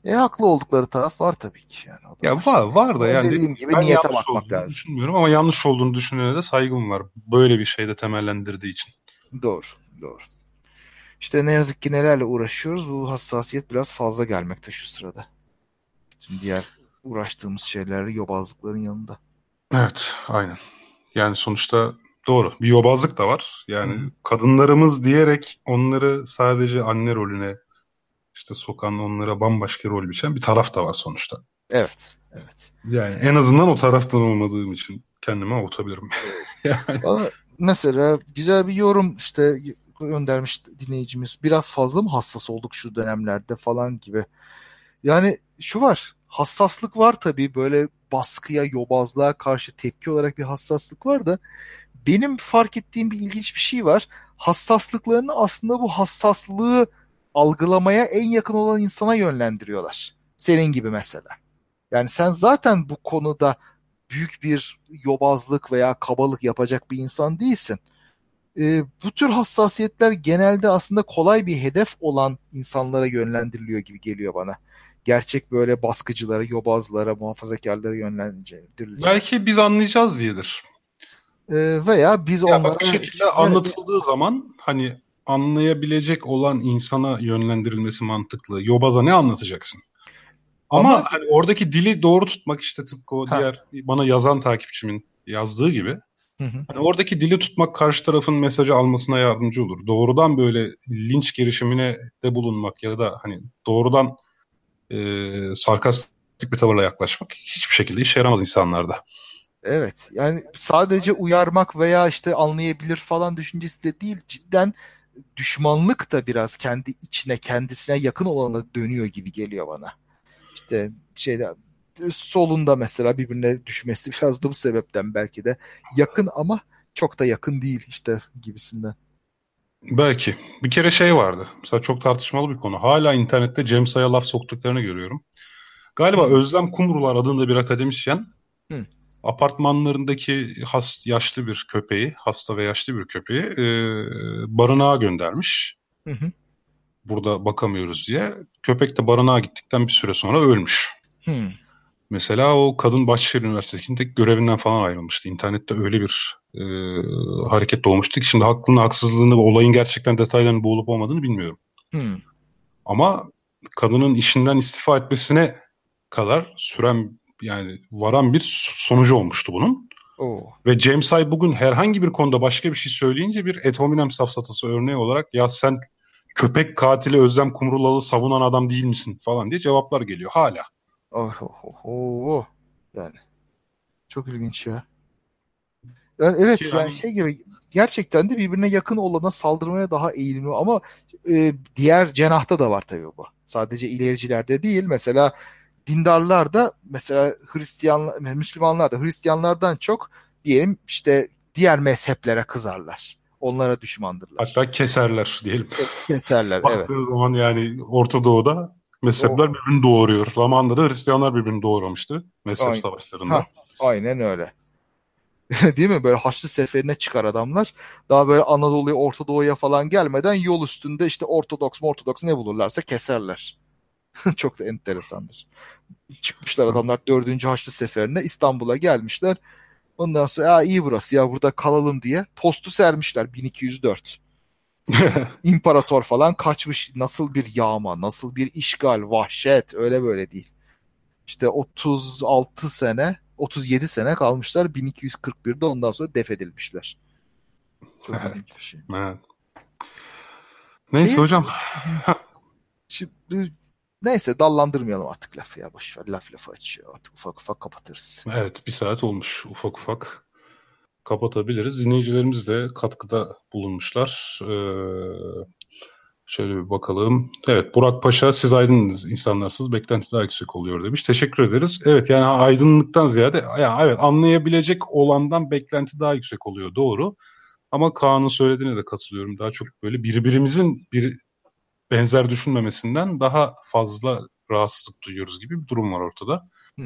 E haklı oldukları taraf var tabii ki, yani o da Ya var. var var da Ama yani dediğim dediğim gibi gibi ben niyete yanlış bakmak olduğunu lazım. düşünmüyorum ama yanlış olduğunu düşünene de saygım var. Böyle bir şeyde temellendirdiği için. Doğru, doğru. İşte ne yazık ki nelerle uğraşıyoruz. Bu hassasiyet biraz fazla gelmekte şu sırada. Tüm diğer uğraştığımız şeyler yobazlıkların yanında. Evet, aynen. Yani sonuçta doğru. Bir yobazlık da var. Hı Yani hı. kadınlarımız diyerek onları sadece anne rolüne işte sokan, onlara bambaşka rol biçen bir taraf da var sonuçta. Evet, evet. Yani en azından o taraftan olmadığım için kendimi avutabilirim. Doğru. Yani Valla mesela güzel bir yorum işte göndermiş dinleyicimiz. Biraz fazla mı hassas olduk şu dönemlerde falan gibi. Yani şu var. Hassaslık var tabii, böyle baskıya, yobazlığa karşı tepki olarak bir hassaslık var da benim fark ettiğim bir ilginç bir şey var. Hassaslıklarını aslında bu hassaslığı algılamaya en yakın olan insana yönlendiriyorlar. Senin gibi mesela. Yani sen zaten bu konuda büyük bir yobazlık veya kabalık yapacak bir insan değilsin. Ee, bu tür hassasiyetler genelde aslında kolay bir hedef olan insanlara yönlendiriliyor gibi geliyor bana. Gerçek böyle baskıcılara, yobazlara, muhafazakarlara yönlendirilecek. belki biz anlayacağız diyedir. Ee, veya biz Ya bak bir onlara şekilde evet, anlatıldığı zaman hani anlayabilecek olan insana yönlendirilmesi mantıklı. Yobaza ne anlatacaksın? ama Ama hani oradaki dili doğru tutmak işte tıpkı o ha, diğer bana yazan takipçimin yazdığı gibi. hı hı. Hani oradaki dili tutmak karşı tarafın mesajı almasına yardımcı olur. Doğrudan böyle linç girişimine de bulunmak ya da hani doğrudan e, sarkastik bir tavırla yaklaşmak hiçbir şekilde işe yaramaz insanlarda. Evet, yani sadece uyarmak veya işte anlayabilir falan düşüncesi de değil, cidden düşmanlık da biraz kendi içine, kendisine yakın olana dönüyor gibi geliyor bana. İşte şeyde solunda mesela birbirine düşmesi biraz da bu sebepten belki de yakın ama çok da yakın değil işte gibisinden. Belki. Bir kere şey vardı. Mesela çok tartışmalı bir konu. Hala internette Cem Say'a laf soktuklarını görüyorum. Galiba Hmm. Özlem Kumrular adında bir akademisyen Hmm. apartmanlarındaki has, yaşlı bir köpeği, hasta ve yaşlı bir köpeği e, barınağa göndermiş. Hı hı. Burada bakamıyoruz diye. Köpek de barınağa gittikten bir süre sonra ölmüş. Hmm. Mesela o kadın Bahçeşehir Üniversitesi'nde görevinden falan ayrılmıştı. İnternette öyle bir e, hareket doğmuştu ki şimdi haklını, haksızlığını ve olayın gerçekten detaylarını boğulup olmadığını bilmiyorum. Hmm. Ama kadının işinden istifa etmesine kadar süren yani varan bir sonucu olmuştu bunun. Oo. Ve James Ay bugün herhangi bir konuda başka bir şey söyleyince bir ad hominem safsatası örneği olarak ya sen köpek katili Özlem Kumrulalı savunan adam değil misin falan diye cevaplar geliyor hala. Oh, oh, oh, oh. Oh. Yani çok ilginç ya. Yani Ki evet, yani yani şey gibi gerçekten de birbirine yakın olana saldırmaya daha eğilimli ama e, diğer cenahta da var tabii bu. Sadece ilericilerde değil, mesela dindarlar da, mesela Hristiyan, Müslümanlar da Hristiyanlardan çok diyelim işte diğer mezheplere kızarlar. Onlara düşmandırlar. hatta keserler diyelim. Keserler, evet. Baktığı zaman yani Orta Doğu'da mezhepler O birbirini doğuruyor. Zamanında da Hristiyanlar birbirini doğramıştı mezhep aynen. Ha, savaşlarında. aynen öyle. Değil mi? Böyle Haçlı Seferi'ne çıkar adamlar. Daha böyle Anadolu'ya, Orta Doğu'ya falan gelmeden yol üstünde işte Ortodoks mu Ortodoks ne bulurlarsa keserler. Çok da enteresandır. Çıkmışlar adamlar dördüncü Haçlı Seferi'ne, İstanbul'a gelmişler. Ondan sonra ya iyi burası ya, burada kalalım diye postu sermişler bin iki yüz dört. İmparator falan kaçmış. Nasıl bir yağma, nasıl bir işgal, vahşet, öyle böyle değil. İşte otuz altı sene, otuz yedi sene kalmışlar, bin iki yüz kırk birde ondan sonra def edilmişler. Çok ilginç bir şey. Evet. Neyse Şey, hocam. şimdi, neyse dallandırmayalım artık lafı ya, boş ver, laf lafı açıyor artık, ufak ufak kapatırız. Evet, bir saat olmuş. Ufak ufak kapatabiliriz. Dinleyicilerimiz de katkıda bulunmuşlar. Ee, şöyle bir bakalım. Evet, Burak Paşa siz aydın insanlarsınız. Beklenti daha yüksek oluyor demiş. Teşekkür ederiz. Evet yani aydınlıktan ziyade yani evet anlayabilecek olandan beklenti daha yüksek oluyor. Doğru. Ama Kaan'ın söylediğine de katılıyorum. Daha çok böyle birbirimizin bir benzer düşünmemesinden daha fazla rahatsızlık duyuyoruz gibi bir durum var ortada. Hı.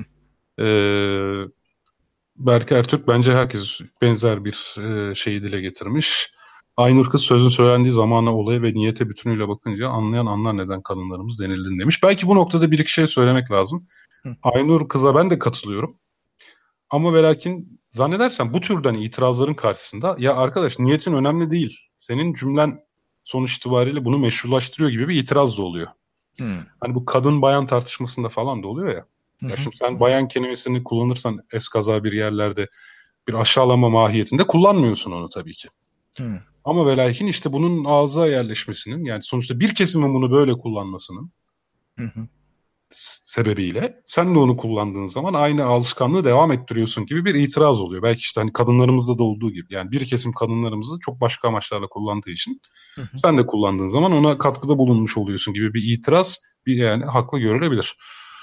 Ee, Berk Ertürk bence herkes benzer bir e, şeyi dile getirmiş. Aynur kız sözün söylendiği zamana, olaya ve niyete bütünüyle bakınca anlayan anlar neden kadınlarımız denildiğini demiş. Belki bu noktada bir iki şey söylemek lazım. Hı. Aynur kıza ben de katılıyorum. Ama ve lakin zannedersem bu türden itirazların karşısında ya arkadaş niyetin önemli değil. Senin cümlen sonuç itibariyle bunu meşrulaştırıyor gibi bir itiraz da oluyor. Hı. Hani bu kadın bayan tartışmasında falan da oluyor ya. Hı Ya hı. şimdi sen bayan kelimesini kullanırsan eskaza bir yerlerde bir aşağılama mahiyetinde kullanmıyorsun onu tabii ki. Hı. Ama ve lakin işte bunun ağza yerleşmesinin yani sonuçta bir kesimin bunu böyle kullanmasının Hı hı. sebebiyle sen de onu kullandığın zaman aynı alışkanlığı devam ettiriyorsun gibi bir itiraz oluyor. Belki işte hani kadınlarımızda da olduğu gibi yani bir kesim kadınlarımızı çok başka amaçlarla kullandığı için Hı hı. sen de kullandığın zaman ona katkıda bulunmuş oluyorsun gibi bir itiraz bir yani haklı görülebilir.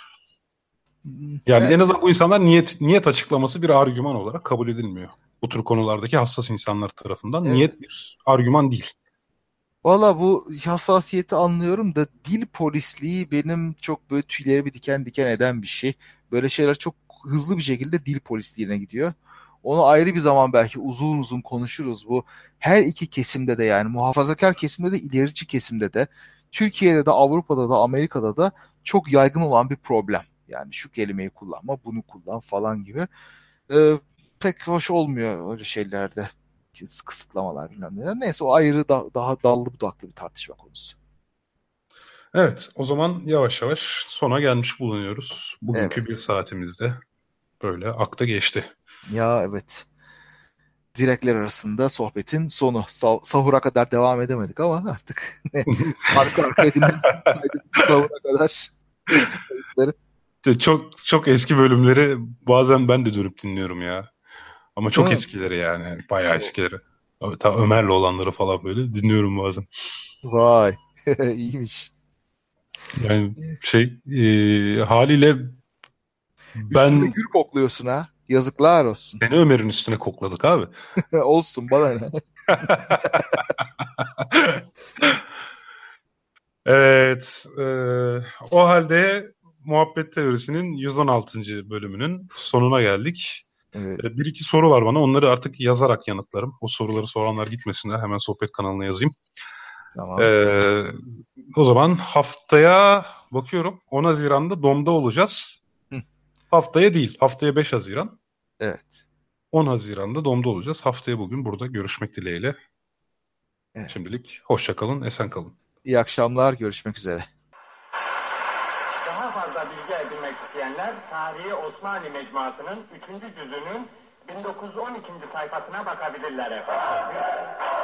Yani Yani, en azından bu insanlar niyet niyet açıklaması bir argüman olarak kabul edilmiyor. Bu tür konulardaki hassas insanlar tarafından evet. niyet bir argüman değil. Valla bu hassasiyeti anlıyorum da dil polisliği benim çok böyle tüylerimi diken diken eden bir şey. Böyle şeyler çok hızlı bir şekilde dil polisliğine gidiyor. Onu ayrı bir zaman belki uzun uzun konuşuruz. Bu her iki kesimde de yani muhafazakar kesimde de ilerici kesimde de Türkiye'de de Avrupa'da da Amerika'da da çok yaygın olan bir problem. Yani şu kelimeyi kullanma, bunu kullan falan gibi. Ee, Pek hoş olmuyor öyle şeylerde. Kısıtlamalar bilmem neler. Neyse o ayrı da, daha dallı budaklı bir tartışma konusu. Evet, o zaman yavaş yavaş sona gelmiş bulunuyoruz. Evet. Bugünkü bir saatimizde böyle akta geçti. Ya evet. Direkler arasında sohbetin sonu. Sa- sahura kadar devam edemedik ama artık ne? Arka arkaya dinlemişsin kaydımızı sahura kadar. Eski kayıtları. İşte Çok çok eski bölümleri bazen ben de dönüp dinliyorum ya. Ama Değil çok mi? eskileri yani, bayağı O- eskileri. Ta Ömer'le olanları falan böyle dinliyorum bazen. Vay. İyiymiş. Yani şey e, haliyle Üstüne ben gül kokluyorsun ha. Yazıklar olsun. seni Ömer'in üstüne kokladık abi. Olsun bana ne? Evet. e, O halde Muhabbet Teorisi'nin yüz on altıncı bölümünün sonuna geldik. Evet. E, Bir iki soru var bana. Onları artık yazarak yanıtlarım. O soruları soranlar gitmesinler. Hemen sohbet kanalına yazayım. Tamam. E, O zaman haftaya bakıyorum. on Haziran'da Dom'da olacağız. Hı, Haftaya değil. Haftaya beş Haziran. evet. on Haziran'da Dom'da olacağız. Haftaya bugün burada görüşmek dileğiyle. Evet. Şimdilik hoşça kalın, esen kalın. İyi akşamlar. Görüşmek üzere. Daha fazla bilgi edinmek isteyenler Tarihi Osmanlı Mecmuası'nın üçüncü cüzünün bin dokuz yüz on ikinci sayfasına bakabilirler efendim.